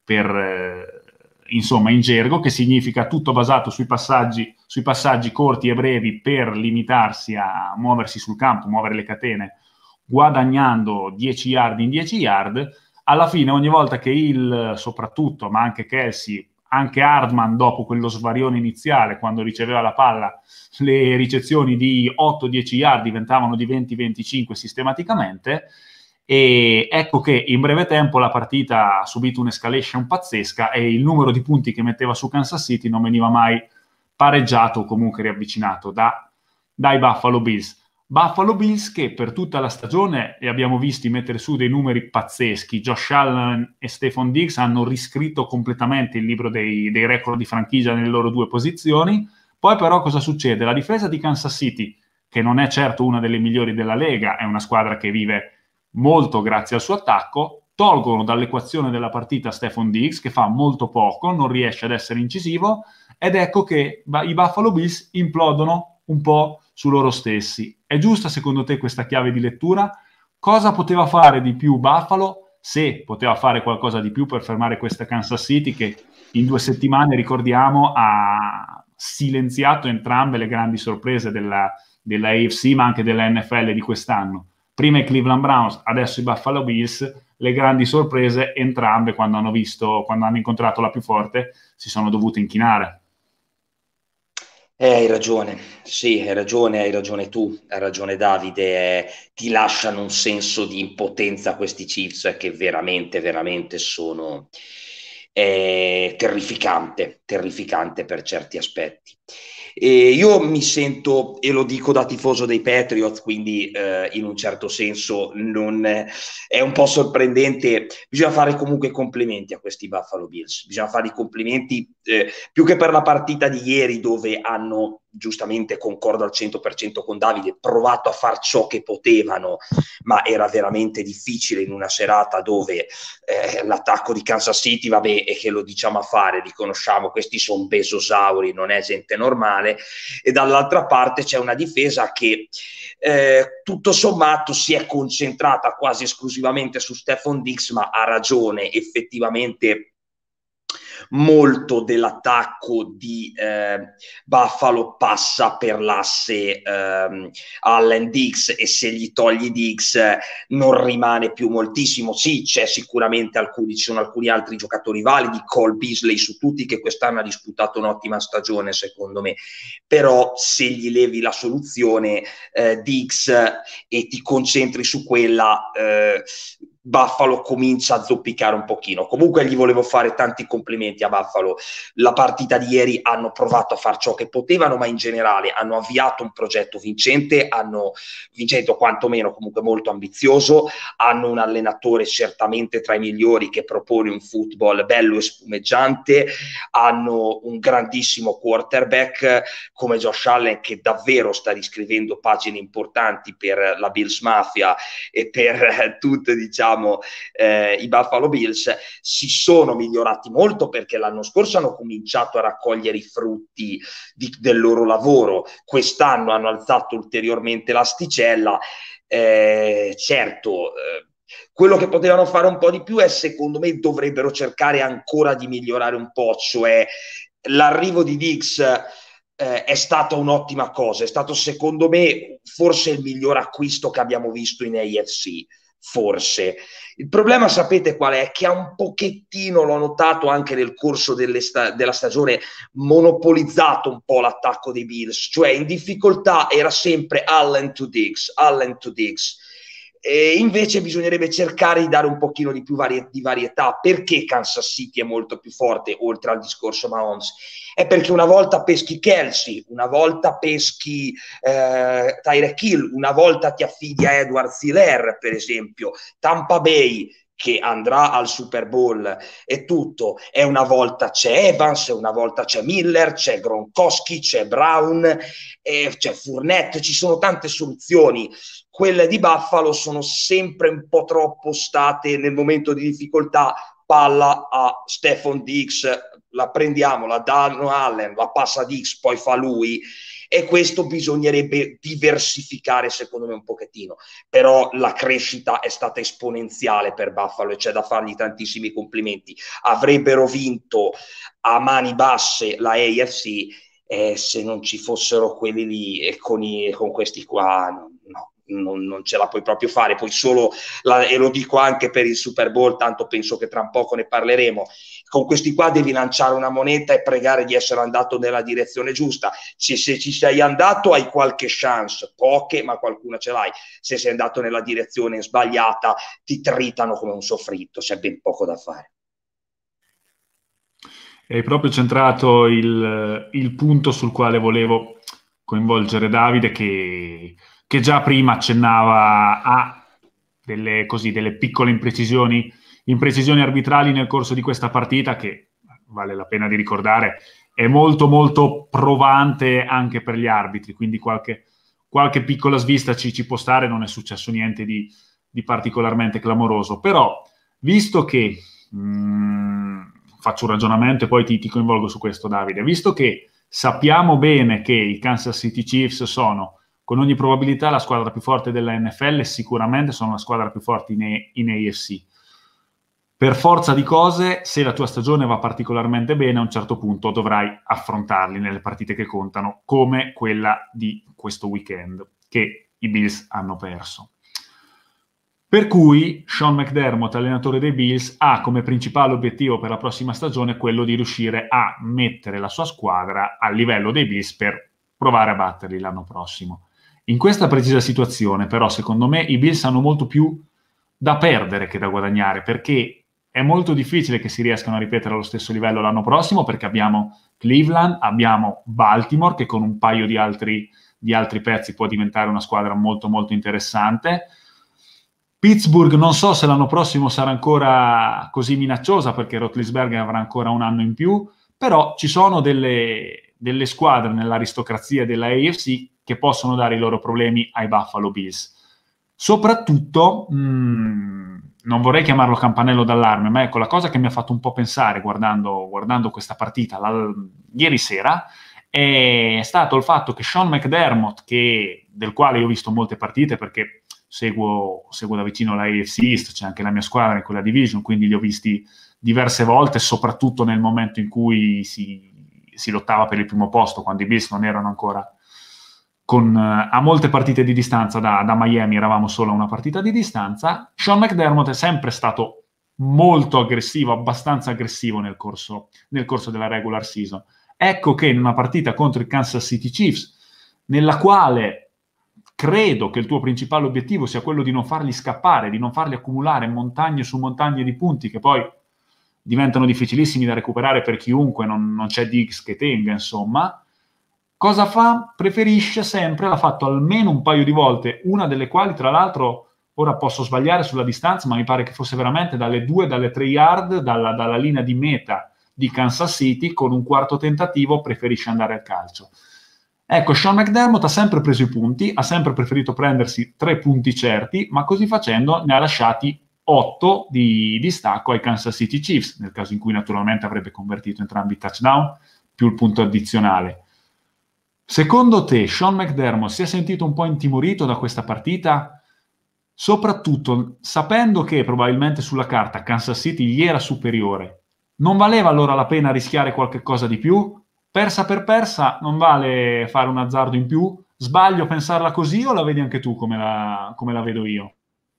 insomma in gergo, che significa tutto basato sui passaggi corti e brevi per limitarsi a muoversi sul campo, muovere le catene, guadagnando 10 yard in 10 yard. Alla fine, ogni volta che Hill soprattutto, ma anche Kelce, anche Hardman dopo quello svarione iniziale, quando riceveva la palla, le ricezioni di 8-10 yard diventavano di 20-25 sistematicamente, e ecco che in breve tempo la partita ha subito un'escalation pazzesca e il numero di punti che metteva su Kansas City non veniva mai pareggiato o comunque riavvicinato dai Buffalo Bills. Buffalo Bills che per tutta la stagione li abbiamo visti mettere su dei numeri pazzeschi. Josh Allen e Stephon Diggs hanno riscritto completamente il libro dei record di franchigia nelle loro due posizioni. Poi però cosa succede? La difesa di Kansas City, che non è certo una delle migliori della Lega, è una squadra che vive molto grazie al suo attacco, tolgono dall'equazione della partita Stephon Diggs, che fa molto poco, non riesce ad essere incisivo, ed ecco che i Buffalo Bills implodono un po' su loro stessi. È giusta secondo te questa chiave di lettura? Cosa poteva fare di più Buffalo, se poteva fare qualcosa di più per fermare questa Kansas City che in 2 settimane, ricordiamo, ha silenziato entrambe le grandi sorprese della AFC ma anche della NFL di quest'anno? Prima i Cleveland Browns, adesso i Buffalo Bills. Le grandi sorprese entrambe, quando hanno incontrato la più forte, si sono dovute inchinare. Hai ragione, sì, hai ragione tu, hai ragione Davide, ti lasciano un senso di impotenza questi Chiefs che veramente, veramente sono terrificante per certi aspetti. E io mi sento, e lo dico da tifoso dei Patriots, quindi in un certo senso è un po' sorprendente. Bisogna fare comunque complimenti a questi Buffalo Bills, bisogna fare i complimenti più che per la partita di ieri, dove hanno, giustamente concordo al 100% con Davide, provato a far ciò che potevano, ma era veramente difficile in una serata dove l'attacco di Kansas City, vabbè, e che lo diciamo a fare, riconosciamo, questi sono besosauri, non è gente normale, e dall'altra parte c'è una difesa che tutto sommato si è concentrata quasi esclusivamente su Stephon Diggs, ma ha ragione, effettivamente molto dell'attacco di Buffalo passa per l'asse Allen Diggs, e se gli togli Diggs non rimane più moltissimo. Sì, c'è sicuramente ci sono alcuni altri giocatori validi, Cole Beasley su tutti, che quest'anno ha disputato un'ottima stagione secondo me, però se gli levi la soluzione Diggs e ti concentri su quella, Buffalo comincia a zoppicare un pochino. Comunque gli volevo fare tanti complimenti a Buffalo. La partita di ieri hanno provato a fare ciò che potevano, ma in generale hanno avviato un progetto vincente, quantomeno comunque molto ambizioso, hanno un allenatore certamente tra i migliori che propone un football bello e spumeggiante, hanno un grandissimo quarterback come Josh Allen, che davvero sta riscrivendo pagine importanti per la Bills Mafia e per tutte, diciamo, i Buffalo Bills. Si sono migliorati molto perché l'anno scorso hanno cominciato a raccogliere i frutti del loro lavoro, quest'anno hanno alzato ulteriormente l'asticella. Certo, quello che potevano fare un po' di più è, secondo me, dovrebbero cercare ancora di migliorare un po', cioè l'arrivo di Diggs è stata un'ottima cosa, è stato secondo me forse il miglior acquisto che abbiamo visto in AFC, forse. Il problema sapete qual è? Che ha un pochettino, l'ho notato anche nel corso della stagione, monopolizzato un po' l'attacco dei Bills, cioè in difficoltà era sempre Allen to Diggs, Allen to Diggs. E invece bisognerebbe cercare di dare un pochino di più di varietà. Perché Kansas City è molto più forte, oltre al discorso Mahomes? È perché una volta peschi Kelsey, una volta peschi Tyreek Hill, una volta ti affidi a Edward Helaire, per esempio. Tampa Bay, che andrà al Super Bowl e tutto, e una volta c'è Evans, una volta c'è Miller, c'è Gronkowski, c'è Brown, c'è Fournette, ci sono tante soluzioni. Quelle di Buffalo sono sempre un po' troppo state nel momento di difficoltà, palla a Stephon Diggs, la prendiamo, la danno Allen, la passa Diggs, poi fa lui, e questo bisognerebbe diversificare secondo me un pochettino. Però la crescita è stata esponenziale per Buffalo e c'è da fargli tantissimi complimenti. Avrebbero vinto a mani basse la AFC se non ci fossero quelli lì, e con questi qua no. Non ce la puoi proprio fare. Poi solo, e lo dico anche per il Super Bowl, tanto penso che tra un poco ne parleremo, con questi qua devi lanciare una moneta e pregare di essere andato nella direzione giusta. Se ci sei andato hai qualche chance, poche, ma qualcuna ce l'hai. Se sei andato nella direzione sbagliata ti tritano come un soffritto, c'è ben poco da fare. Hai proprio centrato il punto sul quale volevo coinvolgere Davide, che già prima accennava a delle piccole imprecisioni arbitrali nel corso di questa partita, che vale la pena di ricordare, è molto molto provante anche per gli arbitri, quindi qualche piccola svista ci può stare, non è successo niente di particolarmente clamoroso. Però, visto che faccio un ragionamento e poi ti coinvolgo su questo, Davide, visto che sappiamo bene che i Kansas City Chiefs sono con ogni probabilità la squadra più forte della NFL, sicuramente sono la squadra più forte in AFC. Per forza di cose, se la tua stagione va particolarmente bene, a un certo punto dovrai affrontarli nelle partite che contano, come quella di questo weekend, che i Bills hanno perso. Per cui Sean McDermott, allenatore dei Bills, ha come principale obiettivo per la prossima stagione quello di riuscire a mettere la sua squadra al livello dei Bills per provare a batterli l'anno prossimo. In questa precisa situazione, però, secondo me, i Bills hanno molto più da perdere che da guadagnare, perché è molto difficile che si riescano a ripetere allo stesso livello l'anno prossimo, perché abbiamo Cleveland, abbiamo Baltimore, che con un paio di altri pezzi può diventare una squadra molto molto interessante. Pittsburgh non so se l'anno prossimo sarà ancora così minacciosa, perché Roethlisberger avrà ancora un anno in più, però ci sono delle squadre nell'aristocrazia della AFC che possono dare i loro problemi ai Buffalo Bills. Soprattutto, non vorrei chiamarlo campanello d'allarme, ma ecco, la cosa che mi ha fatto un po' pensare guardando questa partita ieri sera è stato il fatto che Sean McDermott, del quale io ho visto molte partite perché seguo da vicino la AFC East, c'è anche la mia squadra in quella division, quindi li ho visti diverse volte, soprattutto nel momento in cui si lottava per il primo posto, quando i Bills non erano ancora a molte partite di distanza da Miami, eravamo solo a una partita di distanza. Sean McDermott è sempre stato molto aggressivo, abbastanza aggressivo nel corso della regular season. Ecco che in una partita contro i Kansas City Chiefs, nella quale credo che il tuo principale obiettivo sia quello di non farli scappare, di non farli accumulare montagne su montagne di punti che poi diventano difficilissimi da recuperare per chiunque, non c'è Diggs che tenga, insomma. Cosa fa? Preferisce sempre, l'ha fatto almeno un paio di volte, una delle quali tra l'altro, ora posso sbagliare sulla distanza, ma mi pare che fosse veramente dalle 3 yard, dalla linea di meta di Kansas City, con un quarto tentativo preferisce andare al calcio. Ecco, Sean McDermott ha sempre preso i punti, ha sempre preferito prendersi 3 punti certi, ma così facendo ne ha lasciati 8 di distacco ai Kansas City Chiefs, nel caso in cui naturalmente avrebbe convertito entrambi i touchdown, più il punto addizionale. Secondo te Sean McDermott si è sentito un po' intimorito da questa partita, soprattutto sapendo che probabilmente sulla carta Kansas City gli era superiore? Non valeva allora la pena rischiare qualche cosa di più? persa per persa non vale fare un azzardo in più? Sbaglio a pensarla così o la vedi anche tu come la vedo io?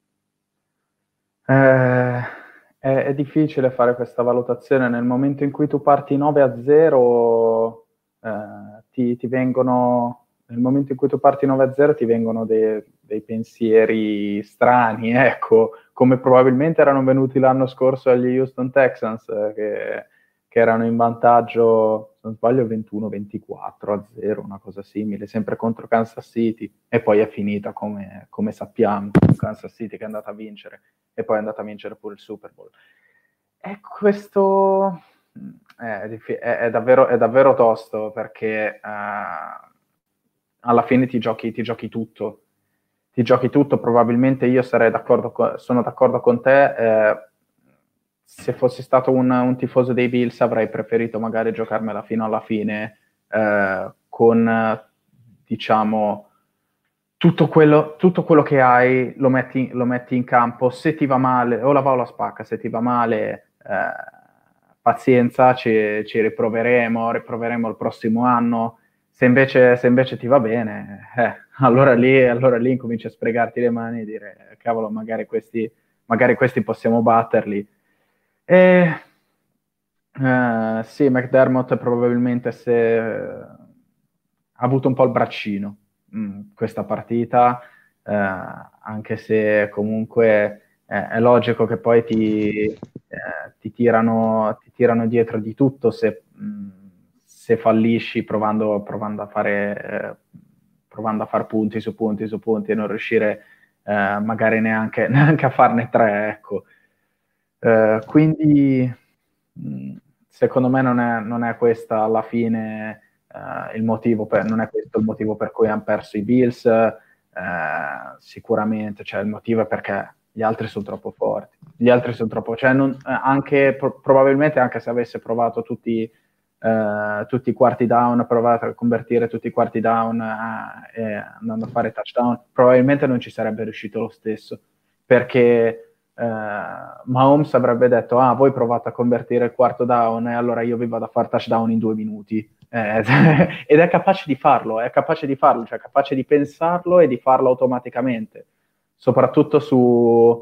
È difficile fare questa valutazione. Nel momento in cui tu parti 9-0, ti vengono... Nel momento in cui tu parti 9-0 ti vengono dei pensieri strani, ecco, come probabilmente erano venuti l'anno scorso agli Houston Texans, che erano in vantaggio, se non sbaglio, 21-24-0, una cosa simile, sempre contro Kansas City, e poi è finita come sappiamo, Kansas City che è andata a vincere, e poi è andata a vincere pure il Super Bowl. E questo è davvero tosto, perché alla fine ti giochi tutto. Ti giochi tutto. Probabilmente io sono d'accordo con te. Se fossi stato un tifoso dei Bills avrei preferito magari giocarmela fino alla fine, con, diciamo, tutto quello che hai lo metti in campo. Se ti va male, o la va o la spacca. Se ti va male, pazienza, ci riproveremo il prossimo anno. Se invece ti va bene, allora lì incominci a spregarti le mani e dire, cavolo, magari questi possiamo batterli. Sì, McDermott probabilmente ha avuto un po' il braccino questa partita, anche se comunque è logico che poi ti tirano dietro di tutto se fallisci provando a fare punti su punti su punti e non riuscire magari neanche a farne 3, ecco. Quindi secondo me non è questa alla fine il motivo non è questo il motivo per cui hanno perso i Bills. Sicuramente, cioè, il motivo è perché gli altri sono troppo forti, cioè probabilmente anche se avesse provato tutti i quarti down, provato a convertire tutti i quarti down andando a fare touchdown, probabilmente non ci sarebbe riuscito lo stesso, perché Mahomes avrebbe detto: voi provate a convertire il quarto down e allora io vi vado a fare touchdown in 2 minuti. Ed è capace di farlo, cioè capace di pensarlo e di farlo automaticamente, soprattutto su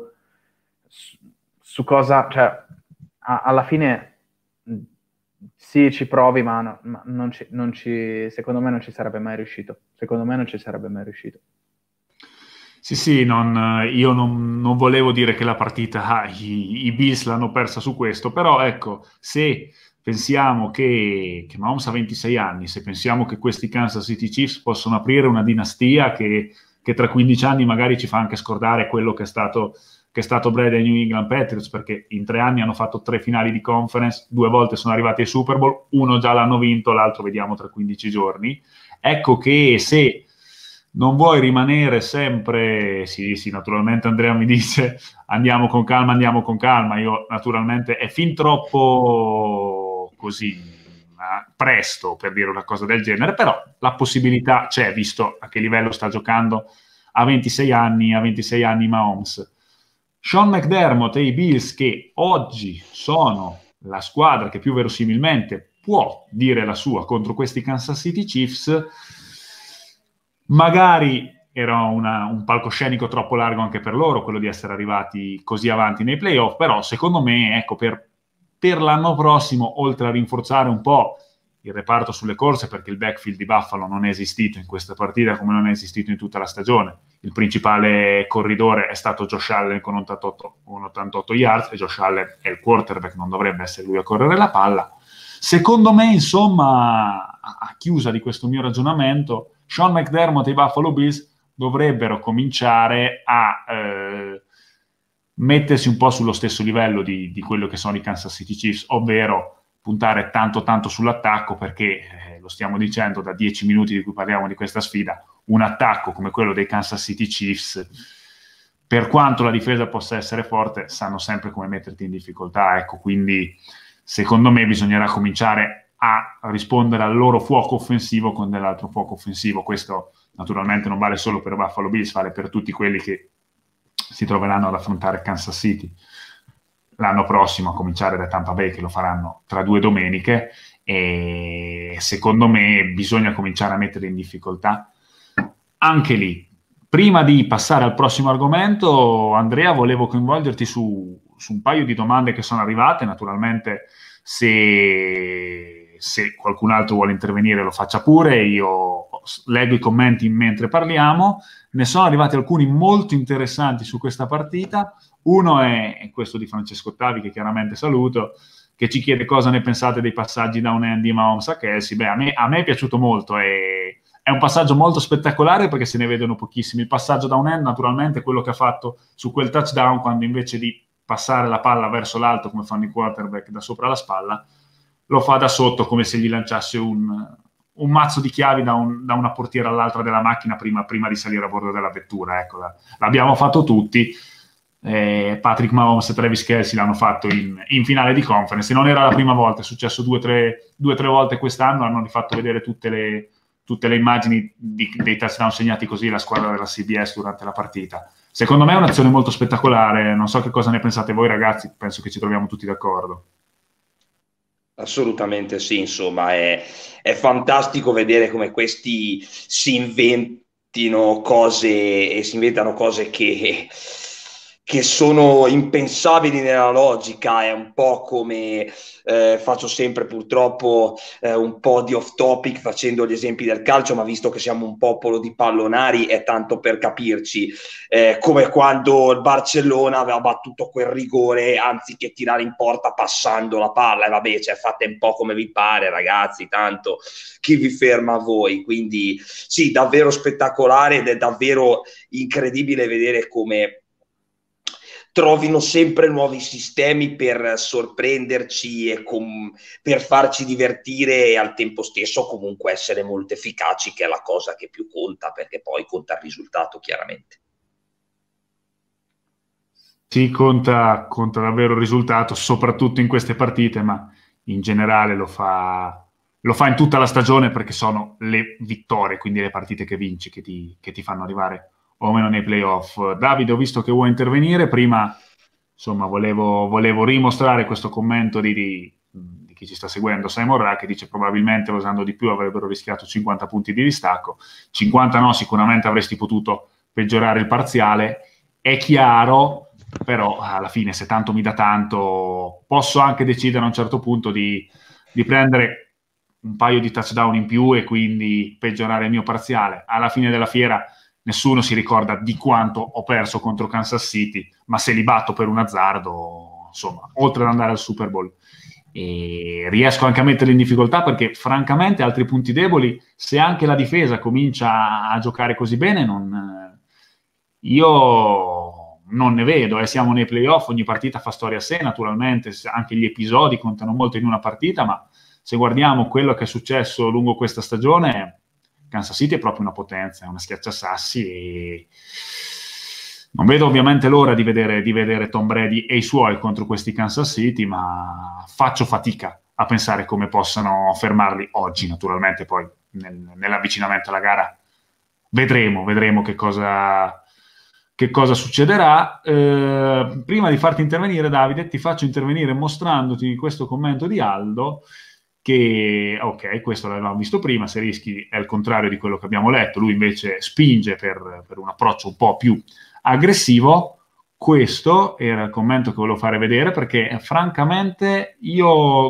cosa, cioè alla fine sì, ci provi, ma secondo me non ci sarebbe mai riuscito. Sì, io non volevo dire che la partita, i Bills l'hanno persa su questo, però ecco, se pensiamo che Mahomes ha 26 anni, se pensiamo che questi Kansas City Chiefs possono aprire una dinastia che tra 15 anni magari ci fa anche scordare quello che è stato Brady ai New England Patriots, perché in 3 anni hanno fatto 3 finali di conference, 2 volte sono arrivati ai Super Bowl, uno già l'hanno vinto, l'altro vediamo tra 15 giorni. Ecco che se non vuoi rimanere sempre, sì, naturalmente Andrea mi dice andiamo con calma, io naturalmente è fin troppo così presto per dire una cosa del genere, però la possibilità c'è, visto a che livello sta giocando a 26 anni Mahomes. Sean McDermott e i Bills, che oggi sono la squadra che più verosimilmente può dire la sua contro questi Kansas City Chiefs, magari era un palcoscenico troppo largo anche per loro, quello di essere arrivati così avanti nei playoff, però secondo me, ecco, per l'anno prossimo, oltre a rinforzare un po' il reparto sulle corse, perché il backfield di Buffalo non è esistito in questa partita come non è esistito in tutta la stagione, il principale corridore è stato Josh Allen con 88 yards, e Josh Allen è il quarterback, non dovrebbe essere lui a correre la palla. Secondo me, insomma, a chiusa di questo mio ragionamento, Sean McDermott e i Buffalo Bills dovrebbero cominciare a mettersi un po' sullo stesso livello di quello che sono i Kansas City Chiefs, ovvero puntare tanto sull'attacco, perché lo stiamo dicendo da 10 minuti di cui parliamo di questa sfida, un attacco come quello dei Kansas City Chiefs, per quanto la difesa possa essere forte, sanno sempre come metterti in difficoltà, ecco, quindi secondo me bisognerà cominciare a rispondere al loro fuoco offensivo con dell'altro fuoco offensivo. Questo naturalmente non vale solo per Buffalo Bills, vale per tutti quelli che si troveranno ad affrontare Kansas City l'anno prossimo, a cominciare da Tampa Bay, che lo faranno tra 2 domeniche, e secondo me bisogna cominciare a mettere in difficoltà anche lì. Prima di passare al prossimo argomento, Andrea, volevo coinvolgerti su un paio di domande che sono arrivate. Naturalmente, se qualcun altro vuole intervenire lo faccia pure, io leggo i commenti mentre parliamo. Ne sono arrivati alcuni molto interessanti su questa partita. Uno è questo di Francesco Ottavi, che chiaramente saluto, che ci chiede cosa ne pensate dei passaggi da un end di Mahomes a Kelsey. Beh, a me è piaciuto molto, è un passaggio molto spettacolare perché se ne vedono pochissimi. Il passaggio da un end, naturalmente, quello che ha fatto su quel touchdown, quando invece di passare la palla verso l'alto come fanno i quarterback da sopra la spalla, lo fa da sotto come se gli lanciasse un mazzo di chiavi da una portiera all'altra della macchina prima di salire a bordo della vettura. Ecco, l'abbiamo fatto tutti. Patrick Mahomes e Travis Kelce l'hanno fatto in finale di conference. Non era la prima volta, è successo due o tre volte quest'anno. Hanno rifatto vedere tutte le immagini dei touchdown segnati così la squadra della CBS durante la partita. Secondo me è un'azione molto spettacolare. Non so che cosa ne pensate voi, ragazzi, penso che ci troviamo tutti d'accordo. Assolutamente sì, insomma, è fantastico vedere come questi si inventino cose e si inventano cose che sono impensabili nella logica. È un po' come faccio sempre purtroppo un po' di off topic facendo gli esempi del calcio, ma visto che siamo un popolo di pallonari è tanto per capirci, come quando il Barcellona aveva battuto quel rigore anziché tirare in porta passando la palla, e vabbè, cioè, fate un po' come vi pare, ragazzi, tanto chi vi ferma a voi. Quindi sì, davvero spettacolare, ed è davvero incredibile vedere come trovino sempre nuovi sistemi per sorprenderci e per farci divertire, e al tempo stesso comunque essere molto efficaci, che è la cosa che più conta, perché poi conta il risultato, chiaramente. Sì, conta davvero il risultato, soprattutto in queste partite, ma in generale lo fa in tutta la stagione, perché sono le vittorie, quindi le partite che vinci, che ti fanno arrivare o meno nei playoff. Davide, ho visto che vuoi intervenire. Prima, insomma, volevo rimostrare questo commento di chi ci sta seguendo, Simon Ra, che dice probabilmente usando di più avrebbero rischiato 50 punti di distacco. 50 no, sicuramente avresti potuto peggiorare il parziale. È chiaro, però alla fine, se tanto mi dà tanto, posso anche decidere a un certo punto di prendere un paio di touchdown in più e quindi peggiorare il mio parziale. Alla fine della fiera nessuno si ricorda di quanto ho perso contro Kansas City, ma se li batto per un azzardo, insomma, oltre ad andare al Super Bowl, e riesco anche a metterli in difficoltà, perché francamente altri punti deboli, se anche la difesa comincia a giocare così bene, io non ne vedo. Siamo nei playoff, ogni partita fa storia a sé, naturalmente anche gli episodi contano molto in una partita, ma se guardiamo quello che è successo lungo questa stagione, Kansas City è proprio una potenza, è una schiacciasassi, e non vedo ovviamente l'ora di vedere Tom Brady e i suoi contro questi Kansas City, ma faccio fatica a pensare come possano fermarli oggi. Naturalmente poi nell'avvicinamento alla gara vedremo che cosa succederà. Prima di farti intervenire, Davide, ti faccio intervenire mostrandoti questo commento di Aldo, che, ok, questo l'avevamo visto prima, se rischi è il contrario di quello che abbiamo letto, lui invece spinge per un approccio un po' più aggressivo. Questo era il commento che volevo fare vedere, perché francamente io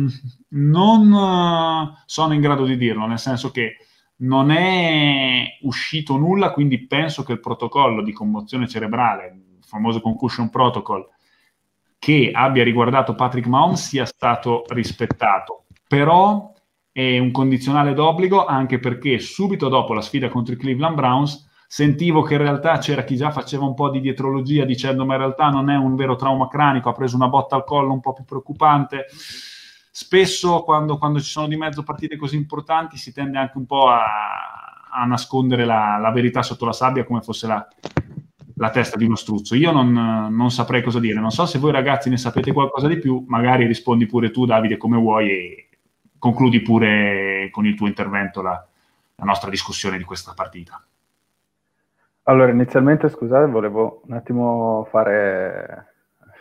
non sono in grado di dirlo, nel senso che non è uscito nulla, quindi penso che il protocollo di commozione cerebrale, il famoso concussion protocol, che abbia riguardato Patrick Mahomes sia stato rispettato. Però è un condizionale d'obbligo, anche perché subito dopo la sfida contro i Cleveland Browns sentivo che in realtà c'era chi già faceva un po' di dietrologia dicendo ma in realtà non è un vero trauma cranico, ha preso una botta al collo un po' più preoccupante. Spesso quando ci sono di mezzo partite così importanti si tende anche un po' a nascondere la verità sotto la sabbia, come fosse la testa di uno struzzo. Io non saprei cosa dire. Non so se voi ragazzi ne sapete qualcosa di più, magari rispondi pure tu, Davide, come vuoi, e concludi pure con il tuo intervento la nostra discussione di questa partita. Allora, inizialmente, scusate, volevo un attimo fare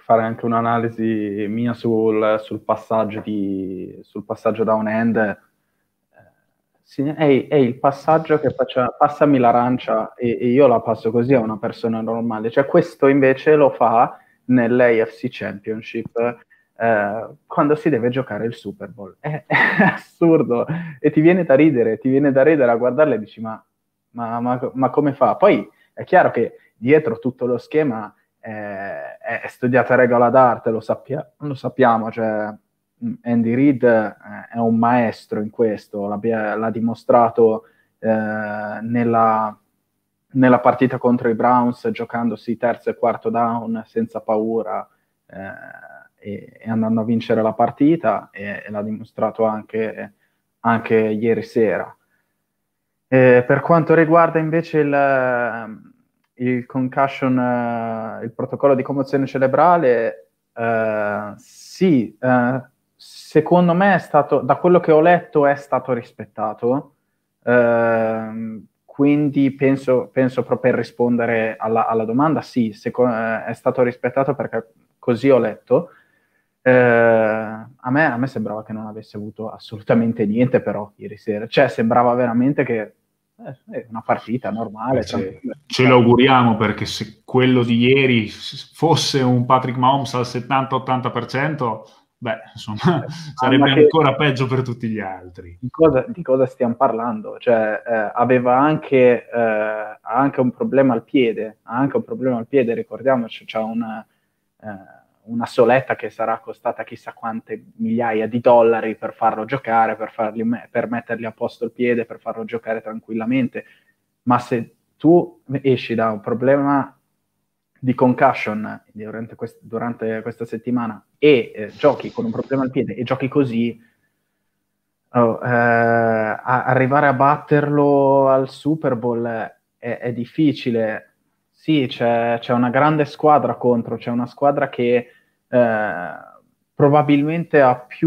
fare anche un'analisi mia sul passaggio down end. Sì, è il passaggio che passami l'arancia e io la passo così a una persona normale. Cioè questo invece lo fa nell'AFC Championship quando si deve giocare il Super Bowl. È assurdo e ti viene da ridere a guardarle e dici ma come fa? Poi è chiaro che dietro tutto lo schema è studiata a regola d'arte, lo sappiamo, cioè Andy Reid è un maestro in questo, l'ha dimostrato nella partita contro i Browns, giocandosi terzo e quarto down senza paura e andando a vincere la partita, e l'ha dimostrato anche ieri sera. Per quanto riguarda invece il concussion, il protocollo di commozione cerebrale, sì, secondo me è stato, da quello che ho letto, è stato rispettato. Quindi penso proprio per rispondere alla domanda, sì, è stato rispettato perché così ho letto. A me sembrava che non avesse avuto assolutamente niente, però ieri sera, cioè sembrava veramente che è una partita normale. Ce lo auguriamo, perché se quello di ieri fosse un Patrick Mahomes al 70-80%, beh, insomma, sarebbe ancora peggio per tutti gli altri. Di cosa stiamo parlando? Cioè, aveva anche un problema al piede, ricordiamoci, c'ha una soletta che sarà costata chissà quante migliaia di dollari per farlo giocare, per mettergli a posto il piede, per farlo giocare tranquillamente. Ma se tu esci da un problema di concussion durante questa settimana e giochi con un problema al piede e giochi così, arrivare a batterlo al Super Bowl è difficile. Sì, c'è una grande squadra contro, c'è una squadra che probabilmente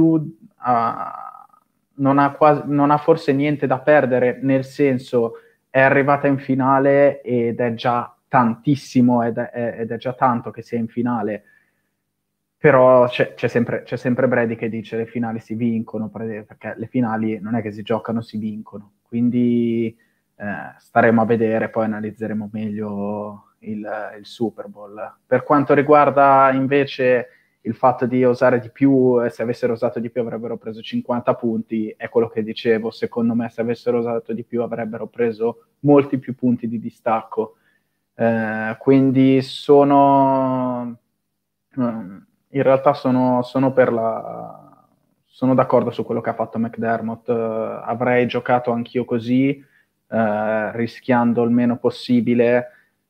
non ha forse niente da perdere, nel senso è arrivata in finale ed è già tantissimo, ed è già tanto che sia in finale. Però c'è sempre Brady che dice le finali si vincono, perché le finali non è che si giocano, si vincono. Quindi staremo a vedere, poi analizzeremo meglio il Super Bowl. Per quanto riguarda invece il fatto di osare di più, se avessero osato di più avrebbero preso 50 punti, è quello che dicevo. Secondo me se avessero osato di più avrebbero preso molti più punti di distacco. Quindi sono d'accordo su quello che ha fatto McDermott. Avrei giocato anch'io così, rischiando il meno possibile.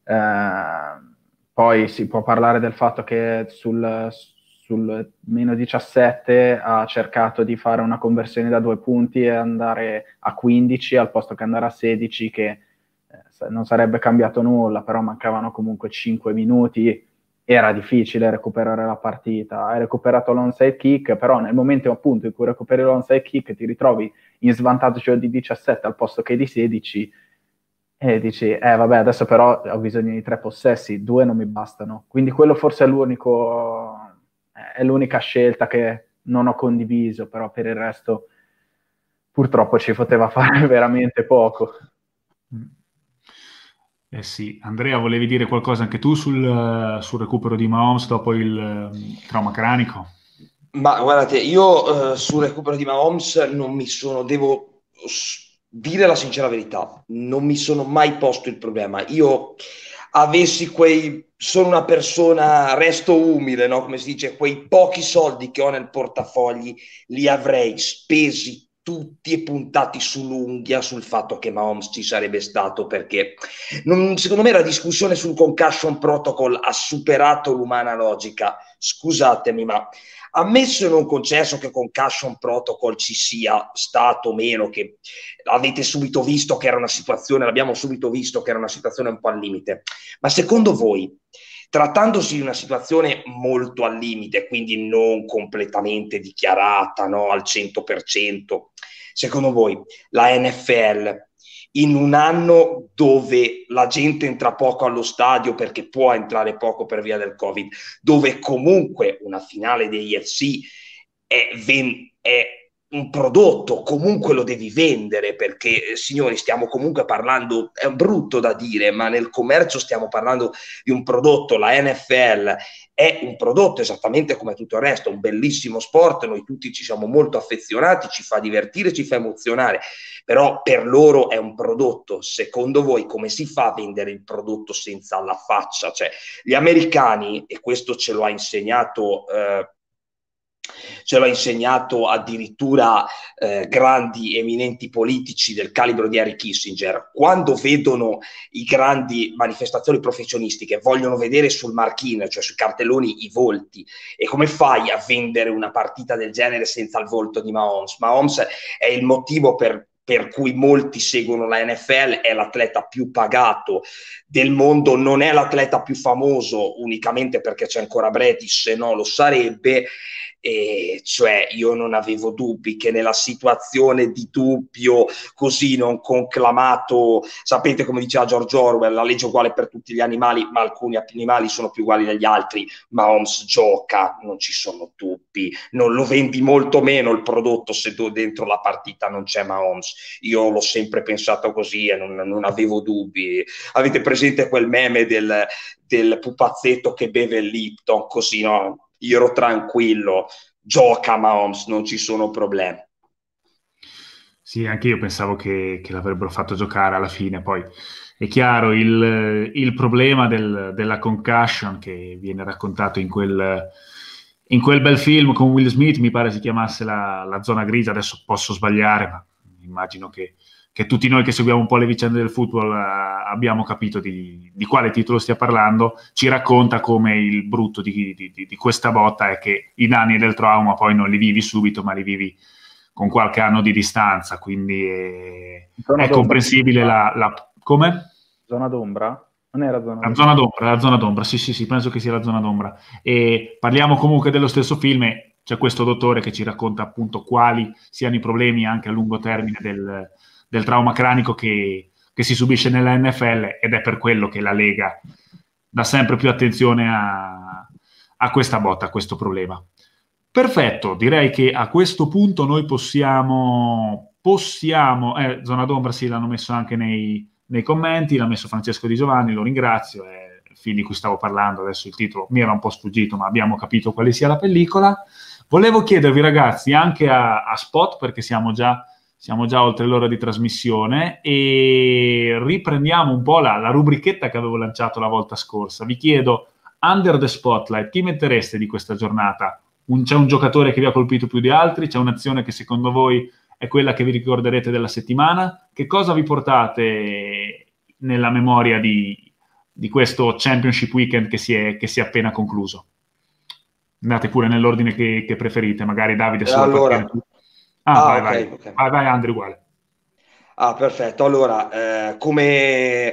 Poi si può parlare del fatto che sul meno 17 ha cercato di fare una conversione da 2 punti e andare a 15 al posto che andare a 16, che non sarebbe cambiato nulla, però mancavano comunque 5 minuti. Era difficile recuperare la partita. Hai recuperato l'onside kick, però nel momento appunto in cui recuperi l'onside kick ti ritrovi in svantaggio di 17 al posto che di 16 e dici, vabbè, adesso però ho bisogno di 3 possessi, 2 non mi bastano. Quindi quello forse è l'unica scelta che non ho condiviso, però per il resto purtroppo ci poteva fare veramente poco. Sì, Andrea, volevi dire qualcosa anche tu sul recupero di Mahomes dopo il trauma cranico? Ma guardate, io sul recupero di Mahomes devo dire la sincera verità, non mi sono mai posto il problema. Io sono una persona, resto umile, no? Come si dice, quei pochi soldi che ho nel portafogli li avrei spesi tutti e puntati sull'unghia sul fatto che Mahomes ci sarebbe stato, perché secondo me la discussione sul concussion protocol ha superato l'umana logica. Scusatemi, ma ammesso e non concesso che concussion protocol ci sia stato o meno, che avete subito visto che era una situazione, l'abbiamo subito visto che era una situazione un po' al limite, ma secondo voi, trattandosi di una situazione molto al limite, quindi non completamente dichiarata, no, al 100%, secondo voi la NFL in un anno dove la gente entra poco allo stadio perché può entrare poco per via del Covid, dove comunque una finale degli UFC è un prodotto, comunque lo devi vendere, perché signori, stiamo comunque parlando, è brutto da dire, ma nel commercio stiamo parlando di un prodotto. La NFL è un prodotto esattamente come tutto il resto, un bellissimo sport, noi tutti ci siamo molto affezionati, ci fa divertire, ci fa emozionare, però per loro è un prodotto. Secondo voi come si fa a vendere il prodotto senza la faccia? Cioè, gli americani, e questo ce lo ha insegnato addirittura grandi eminenti politici del calibro di Henry Kissinger, quando vedono i grandi manifestazioni professionistiche vogliono vedere sul marchino, cioè sui cartelloni, i volti. E come fai a vendere una partita del genere senza il volto di Mahomes? Mahomes è il motivo per cui molti seguono la NFL, è l'atleta più pagato del mondo, non è l'atleta più famoso unicamente perché c'è ancora Brady, se no lo sarebbe. E cioè io non avevo dubbi che nella situazione di dubbio così non conclamato, sapete come diceva George Orwell, la legge è uguale per tutti gli animali, ma alcuni animali sono più uguali degli altri. Mahomes gioca, non ci sono dubbi, non lo vendi molto meno il prodotto se dentro la partita non c'è Mahomes. Io l'ho sempre pensato così e non avevo dubbi. Avete presente quel meme del pupazzetto che beve il Lipton, così, no? Io ero tranquillo, gioca Mahomes, non ci sono problemi. Sì, anche io pensavo che l'avrebbero fatto giocare alla fine. Poi è chiaro il problema della concussion che viene raccontato in quel bel film con Will Smith, mi pare si chiamasse la zona grigia. Adesso posso sbagliare, ma immagino che tutti noi che seguiamo un po' le vicende del football abbiamo capito di quale titolo stia parlando. Ci racconta come il brutto di questa botta è che i danni del trauma poi non li vivi subito, ma li vivi con qualche anno di distanza, quindi è comprensibile come? Zona d'ombra? Non era zona d'ombra? La zona d'ombra, sì, penso che sia la zona d'ombra. E parliamo comunque dello stesso film, e c'è questo dottore che ci racconta appunto quali siano i problemi anche a lungo termine del trauma cranico che si subisce nella NFL, ed è per quello che la Lega dà sempre più attenzione a questa botta, a questo problema. Perfetto, direi che a questo punto noi possiamo zona d'ombra, sì, l'hanno messo anche nei commenti, l'ha messo Francesco Di Giovanni, lo ringrazio, è il film di cui stavo parlando, adesso il titolo mi era un po' sfuggito, ma abbiamo capito quale sia la pellicola. Volevo chiedervi, ragazzi, anche a Spot, perché siamo già oltre l'ora di trasmissione, e riprendiamo un po' la rubrichetta che avevo lanciato la volta scorsa. Vi chiedo, Under the Spotlight, chi mettereste di questa giornata? C'è un giocatore che vi ha colpito più di altri? C'è un'azione che secondo voi è quella che vi ricorderete della settimana? Che cosa vi portate nella memoria di questo Championship Weekend che si è appena concluso? Andate pure nell'ordine che preferite, magari Davide se vuoi partire tu. Vai, Andrea, uguale. Perfetto. Allora, come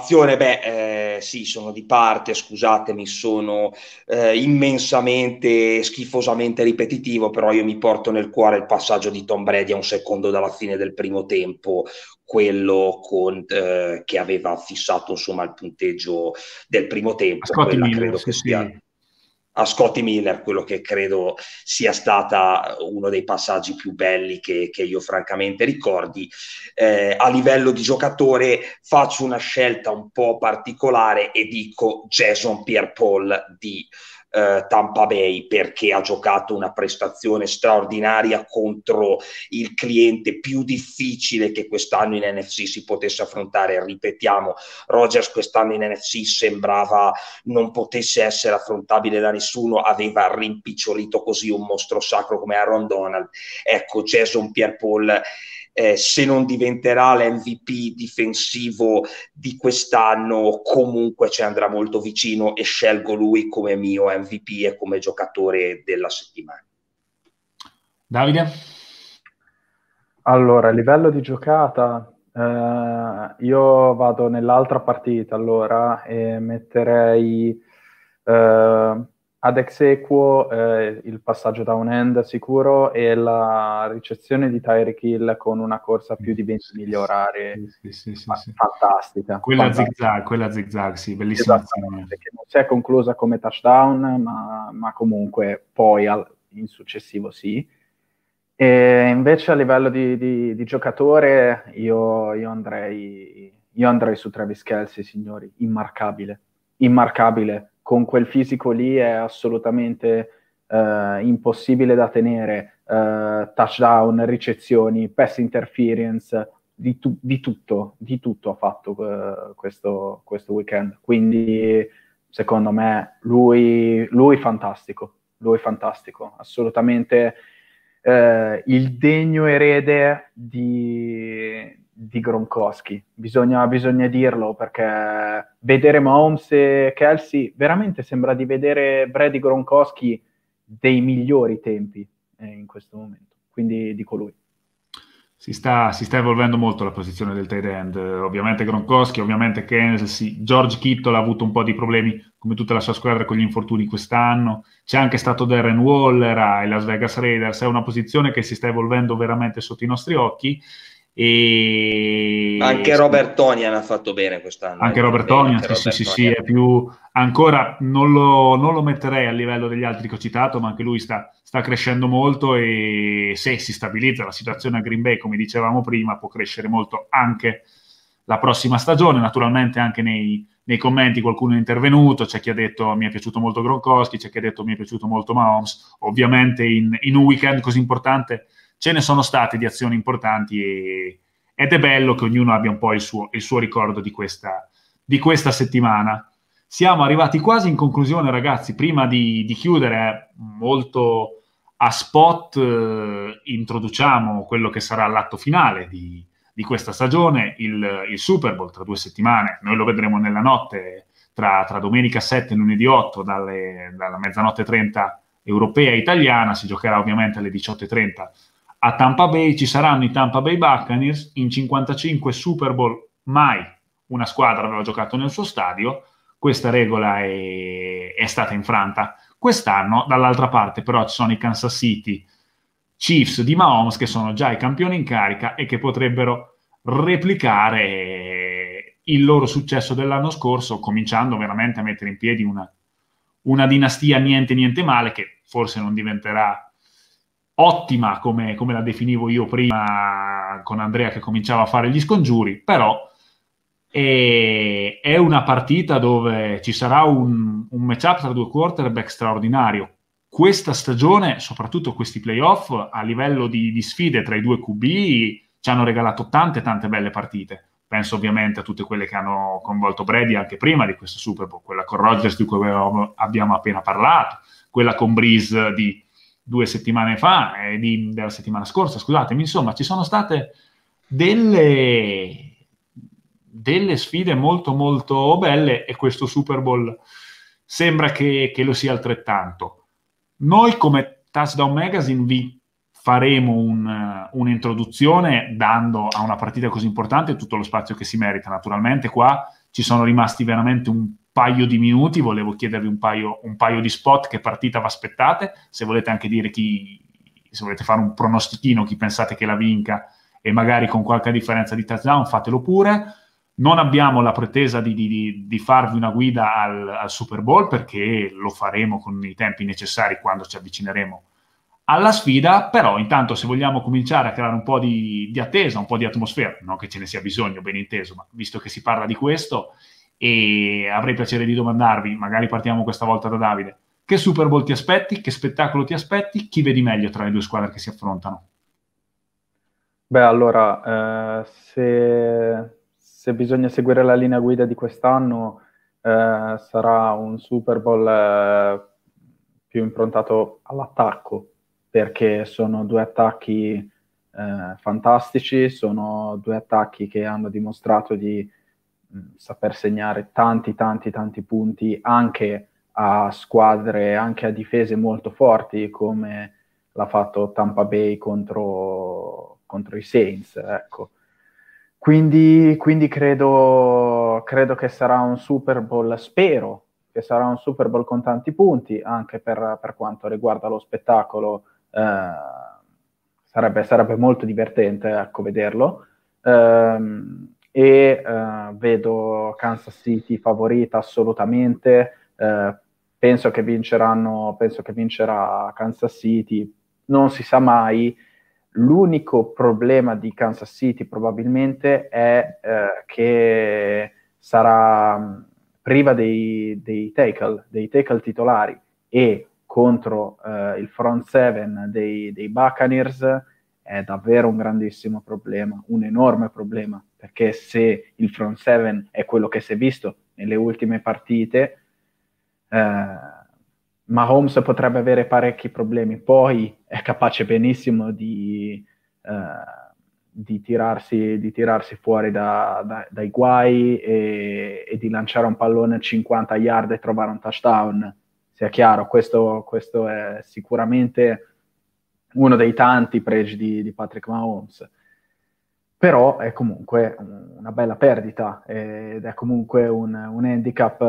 azione, sì, sono di parte, scusatemi, sono immensamente, schifosamente ripetitivo, però io mi porto nel cuore il passaggio di Tom Brady a un secondo dalla fine del primo tempo, quello che aveva fissato insomma il punteggio del primo tempo. Quella credo che sia a Scotty Miller, quello che credo sia stata uno dei passaggi più belli che io francamente ricordi. A livello di giocatore faccio una scelta un po' particolare e dico Jason Pierre-Paul di Tampa Bay, perché ha giocato una prestazione straordinaria contro il cliente più difficile che quest'anno in NFC si potesse affrontare. Ripetiamo, Rodgers quest'anno in NFC sembrava non potesse essere affrontabile da nessuno, aveva rimpicciolito così un mostro sacro come Aaron Donald. Ecco, Jason Pierre-Paul, se non diventerà l'MVP difensivo di quest'anno, comunque ci andrà molto vicino, e scelgo lui come mio MVP e come giocatore della settimana. Davide? Allora, a livello di giocata, io vado nell'altra partita allora e metterei ad ex equo il passaggio da un end sicuro e la ricezione di Tyreek Hill con una corsa più di 20 miglia orarie fantastica. Quella zigzag, sì, bellissima azione. Che non si è conclusa come touchdown, ma comunque poi in successivo sì. E invece a livello di giocatore io andrei su Travis Kelce, signori, immarcabile. Con quel fisico lì è assolutamente impossibile da tenere. Touchdown, ricezioni, pass interference, di tutto ha fatto questo weekend. Quindi secondo me lui fantastico, assolutamente il degno erede di Gronkowski. Bisogna dirlo, perché vedere Mahomes e Kelce veramente sembra di vedere Brady Gronkowski dei migliori tempi in questo momento, quindi dico lui. Si sta evolvendo molto la posizione del tight end, ovviamente Gronkowski, ovviamente Kelce, George Kittle ha avuto un po' di problemi come tutta la sua squadra con gli infortuni quest'anno, c'è anche stato Darren Waller ai Las Vegas Raiders, è una posizione che si sta evolvendo veramente sotto i nostri occhi. E anche Robert Tonyan ha fatto bene quest'anno. Anche Robert Tonyan, sì, è più ancora non lo metterei a livello degli altri che ho citato, ma anche lui sta crescendo molto, e se si stabilizza la situazione a Green Bay, come dicevamo prima, può crescere molto anche la prossima stagione. Naturalmente anche nei commenti qualcuno è intervenuto, c'è chi ha detto mi è piaciuto molto Gronkowski, c'è chi ha detto mi è piaciuto molto Mahomes. Ovviamente in un weekend così importante ce ne sono state di azioni importanti, ed è bello che ognuno abbia un po' il suo ricordo di questa settimana. Siamo arrivati quasi in conclusione, ragazzi. Prima di chiudere, molto a spot, introduciamo quello che sarà l'atto finale di questa stagione, il Super Bowl tra 2 settimane. Noi lo vedremo nella notte tra domenica 7 e lunedì 8, dalla mezzanotte 30 europea e italiana. Si giocherà ovviamente alle 18:30 a Tampa Bay. Ci saranno i Tampa Bay Buccaneers. In 55 Super Bowl mai una squadra aveva giocato nel suo stadio. Questa regola è stata infranta quest'anno. Dall'altra parte però ci sono i Kansas City Chiefs di Mahomes, che sono già i campioni in carica e che potrebbero replicare il loro successo dell'anno scorso, cominciando veramente a mettere in piedi una dinastia niente male, che forse non diventerà ottima come la definivo io prima con Andrea, che cominciava a fare gli scongiuri, però è una partita dove ci sarà un matchup tra 2 quarterback straordinario. Questa stagione, soprattutto questi playoff, a livello di sfide tra i 2 QB, ci hanno regalato tante belle partite. Penso ovviamente a tutte quelle che hanno coinvolto Brady anche prima di questo Super Bowl, quella con Rodgers di cui abbiamo appena parlato, quella con Breeze di 2 settimane fa, della settimana scorsa, scusatemi. Insomma, ci sono state delle sfide molto belle, e questo Super Bowl sembra che lo sia altrettanto. Noi come Touchdown Magazine vi faremo un'introduzione dando a una partita così importante tutto lo spazio che si merita. Naturalmente qua ci sono rimasti veramente un paio di minuti, volevo chiedervi un paio di spot, che partita vi aspettate, se volete anche dire se volete fare un pronostichino, chi pensate che la vinca, e magari con qualche differenza di touchdown, fatelo pure. Non abbiamo la pretesa di farvi una guida al Super Bowl, perché lo faremo con i tempi necessari quando ci avvicineremo alla sfida. Però intanto, se vogliamo cominciare a creare un po' di attesa, un po' di atmosfera, non che ce ne sia bisogno, ben inteso, ma visto che si parla di questo, e avrei piacere di domandarvi, magari partiamo questa volta da Davide, che Super Bowl ti aspetti, che spettacolo ti aspetti, chi vedi meglio tra le 2 squadre che si affrontano? Beh, allora, se bisogna seguire la linea guida di quest'anno, sarà un Super Bowl più improntato all'attacco, perché sono 2 attacchi fantastici, sono 2 attacchi che hanno dimostrato di saper segnare tanti punti anche a squadre, anche a difese molto forti, come l'ha fatto Tampa Bay contro i Saints, ecco. Quindi credo che sarà un Super Bowl, spero che sarà un Super Bowl con tanti punti, anche per quanto riguarda lo spettacolo, sarebbe molto divertente, ecco, vederlo. Vedo Kansas City favorita assolutamente. Penso che vincerà Kansas City, non si sa mai. L'unico problema di Kansas City probabilmente è che sarà priva dei tackle titolari, e contro il front seven dei Buccaneers è davvero un grandissimo problema, un enorme problema, perché se il front seven è quello che si è visto nelle ultime partite, Mahomes potrebbe avere parecchi problemi. Poi è capace benissimo di tirarsi fuori dai guai e di lanciare un pallone a 50 yard e trovare un touchdown. Sia chiaro, questo è sicuramente uno dei tanti pregi di Patrick Mahomes. Però è comunque una bella perdita ed è comunque un handicap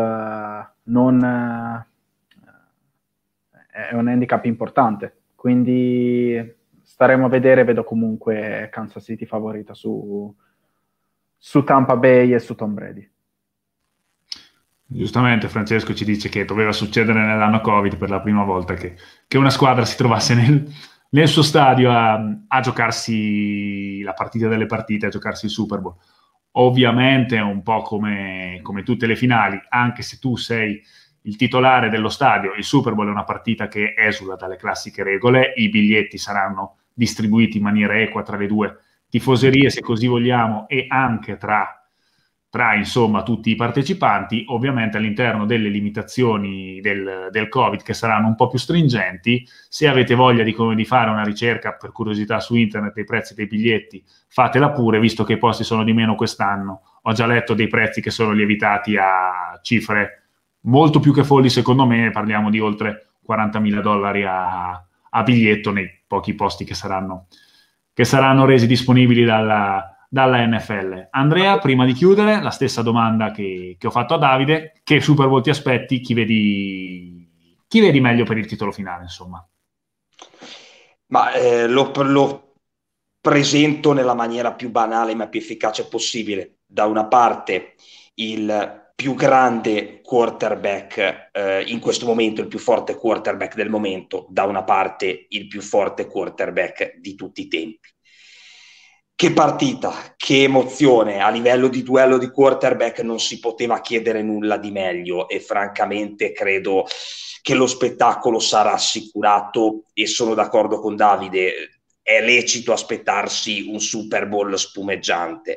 è un handicap importante, quindi staremo a vedere. Vedo comunque Kansas City favorita su Tampa Bay e su Tom Brady. Giustamente Francesco ci dice che doveva succedere nell'anno Covid per la prima volta che una squadra si trovasse nel suo stadio a giocarsi la partita delle partite, a giocarsi il Super Bowl. Ovviamente è un po' come tutte le finali, anche se tu sei il titolare dello stadio, il Super Bowl è una partita che esula dalle classiche regole, i biglietti saranno distribuiti in maniera equa tra le due tifoserie, se così vogliamo, e anche tra insomma tutti i partecipanti, ovviamente all'interno delle limitazioni del Covid che saranno un po' più stringenti. Se avete voglia di fare una ricerca per curiosità su internet dei prezzi dei biglietti, fatela pure, visto che i posti sono di meno quest'anno. Ho già letto dei prezzi che sono lievitati a cifre molto più che folli, secondo me. Parliamo di oltre $40.000 a biglietto nei pochi posti che saranno resi disponibili dalla NFL. Andrea, prima di chiudere, la stessa domanda che ho fatto a Davide: che Super Bowl ti aspetti? Chi vedi meglio per il titolo finale, insomma? Ma lo presento nella maniera più banale ma più efficace possibile. Da una parte il più grande quarterback in questo momento, il più forte quarterback del momento, da una parte il più forte quarterback di tutti i tempi. Che partita, che emozione, a livello di duello di quarterback non si poteva chiedere nulla di meglio, e francamente credo che lo spettacolo sarà assicurato, e sono d'accordo con Davide, è lecito aspettarsi un Super Bowl spumeggiante.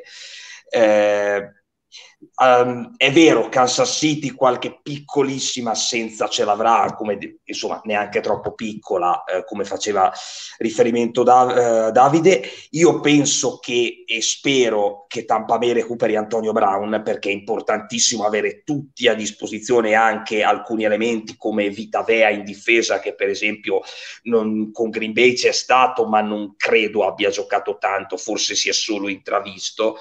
È vero, Kansas City qualche piccolissima assenza ce l'avrà, insomma neanche troppo piccola, come faceva riferimento Davide. Io penso e spero che Tampa Bay recuperi Antonio Brown, perché è importantissimo avere tutti a disposizione anche alcuni elementi come Vita Vea in difesa, che per esempio con Green Bay c'è stato ma non credo abbia giocato tanto, forse si è solo intravisto.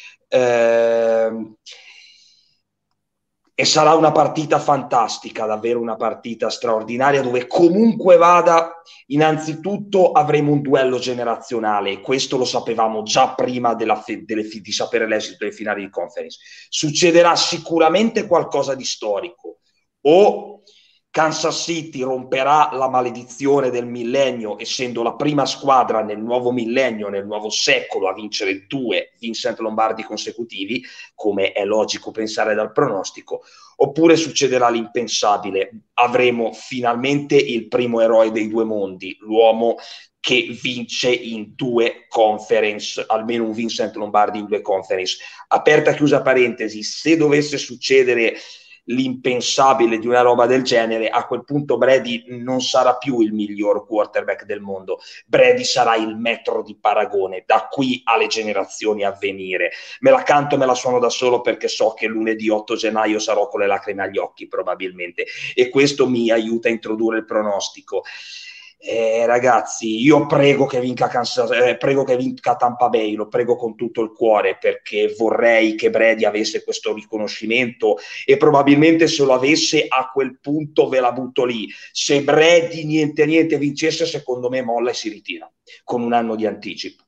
E sarà una partita fantastica, davvero una partita straordinaria, dove comunque vada, innanzitutto avremo un duello generazionale. Questo lo sapevamo già prima di sapere l'esito delle finali di conference. Succederà sicuramente qualcosa di storico, o Kansas City romperà la maledizione del millennio, essendo la prima squadra nel nuovo millennio, nel nuovo secolo, a vincere 2 Vincent Lombardi consecutivi, come è logico pensare dal pronostico, oppure succederà l'impensabile. Avremo finalmente il primo eroe dei due mondi, l'uomo che vince in 2 conference, almeno un Vincent Lombardi in 2 conference. Aperta, chiusa parentesi, se dovesse succedere l'impensabile di una roba del genere, a quel punto Brady non sarà più il miglior quarterback del mondo, Brady sarà il metro di paragone da qui alle generazioni a venire. Me la canto e me la suono da solo, perché so che lunedì 8 gennaio sarò con le lacrime agli occhi probabilmente, e questo mi aiuta a introdurre il pronostico. Ragazzi, io prego che vinca Tampa Bay, lo prego con tutto il cuore, perché vorrei che Brady avesse questo riconoscimento, e probabilmente se lo avesse a quel punto ve la butto lì. Se Brady niente vincesse, secondo me molla e si ritira con un anno di anticipo.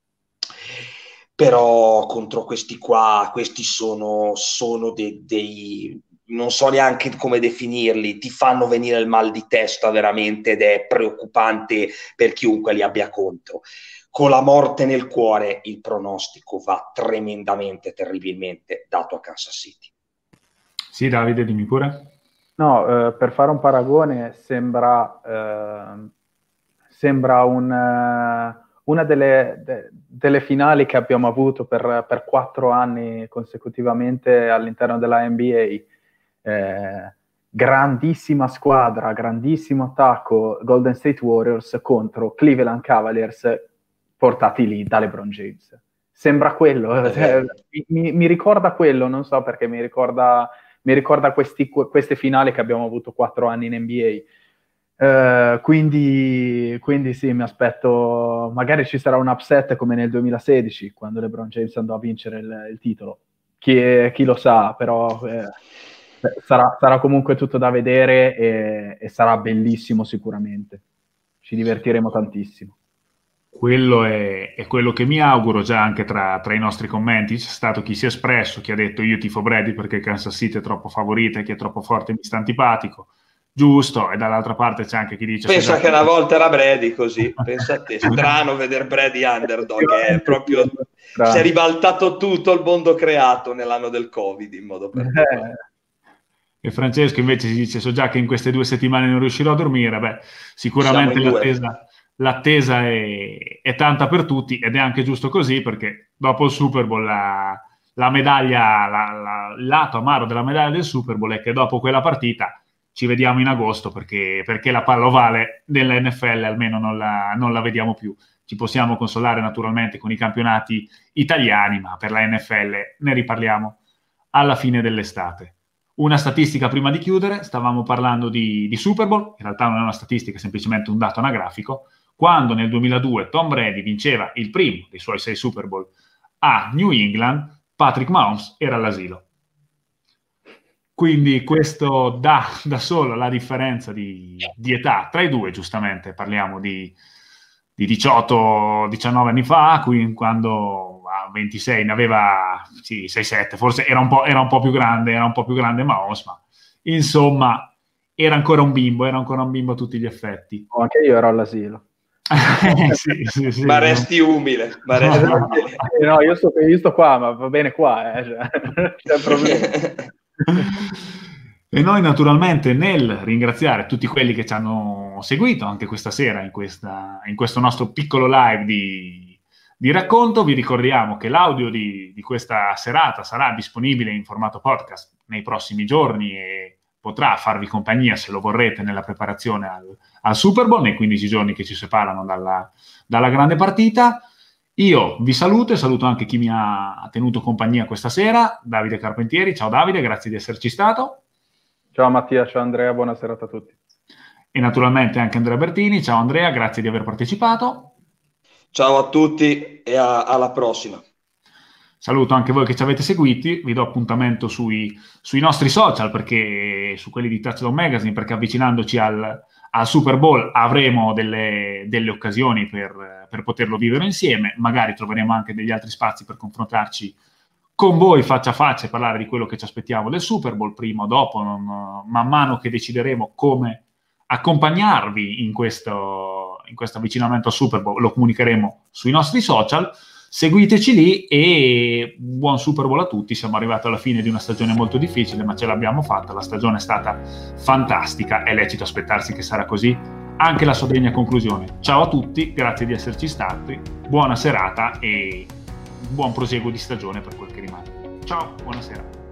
Però contro questi qua, questi sono dei non so neanche come definirli, ti fanno venire il mal di testa veramente, ed è preoccupante per chiunque li abbia contro. Con la morte nel cuore, il pronostico va tremendamente, terribilmente dato a Kansas City. Sì, Davide, dimmi pure. No, per fare un paragone, sembra una delle finali che abbiamo avuto per 4 anni consecutivamente all'interno della NBA. Grandissima squadra, grandissimo attacco, Golden State Warriors contro Cleveland Cavaliers portati lì da LeBron James. Sembra quello, mi ricorda quello, non so perché mi ricorda queste finali che abbiamo avuto 4 anni in NBA. Quindi sì, mi aspetto, magari ci sarà un upset come nel 2016 quando LeBron James andò a vincere il titolo, chi lo sa, però sarà comunque tutto da vedere, e sarà bellissimo sicuramente, ci divertiremo tantissimo. Quello è quello che mi auguro. Già anche tra i nostri commenti c'è stato chi si è espresso, chi ha detto io tifo Brady perché Kansas City è troppo favorita, chi è troppo forte mi sta antipatico. Giusto, e dall'altra parte c'è anche chi dice pensa che una volta era Brady così, pensa a te, strano vedere Brady underdog, è proprio si è ribaltato tutto il mondo creato nell'anno del Covid in modo particolare. E Francesco invece si dice so già che in queste 2 settimane non riuscirò a dormire. Beh, sicuramente l'attesa è tanta per tutti, ed è anche giusto così, perché dopo il Super Bowl la medaglia, il lato amaro della medaglia del Super Bowl è che dopo quella partita ci vediamo in agosto, perché la palla ovale della NFL almeno non la vediamo più. Ci possiamo consolare naturalmente con i campionati italiani, ma per la NFL ne riparliamo alla fine dell'estate. Una statistica prima di chiudere: stavamo parlando di Super Bowl, in realtà non è una statistica, è semplicemente un dato anagrafico. Quando nel 2002 Tom Brady vinceva il primo dei suoi 6 Super Bowl a New England, Patrick Mahomes era all'asilo. Quindi questo dà da solo la differenza di età tra i due. Giustamente parliamo di 18-19 anni fa, quando a 26 ne aveva 6-7, forse era un po' più grande Mahomes, ma insomma era ancora un bimbo a tutti gli effetti. Anche io ero all'asilo. sì, ma resti umile. No, io sto qua, ma va bene qua, c'è problema. E noi naturalmente, nel ringraziare tutti quelli che ci hanno seguito anche questa sera in questo nostro piccolo live di racconto, vi ricordiamo che l'audio di questa serata sarà disponibile in formato podcast nei prossimi giorni e potrà farvi compagnia, se lo vorrete, nella preparazione al Super Bowl, nei 15 giorni che ci separano dalla grande partita. Io vi saluto e saluto anche chi mi ha tenuto compagnia questa sera, Davide Carpentieri. Ciao Davide, grazie di esserci stato. Ciao Mattia, ciao Andrea, buona serata a tutti. E naturalmente anche Andrea Bertini. Ciao Andrea, grazie di aver partecipato. Ciao a tutti e alla prossima. Saluto anche voi che ci avete seguiti, vi do appuntamento sui nostri social, perché su quelli di Touchdown Magazine, perché avvicinandoci al Super Bowl avremo delle occasioni per poterlo vivere insieme. Magari troveremo anche degli altri spazi per confrontarci con voi faccia a faccia e parlare di quello che ci aspettiamo del Super Bowl, prima o dopo, man mano che decideremo come accompagnarvi in questo avvicinamento al Super Bowl, lo comunicheremo sui nostri social. Seguiteci lì e buon Super Bowl a tutti. Siamo arrivati alla fine di una stagione molto difficile, ma ce l'abbiamo fatta. La stagione è stata fantastica, è lecito aspettarsi che sarà così anche la sua degna conclusione. Ciao a tutti, grazie di esserci stati, buona serata e buon proseguo di stagione per quel che rimane. Ciao, buonasera.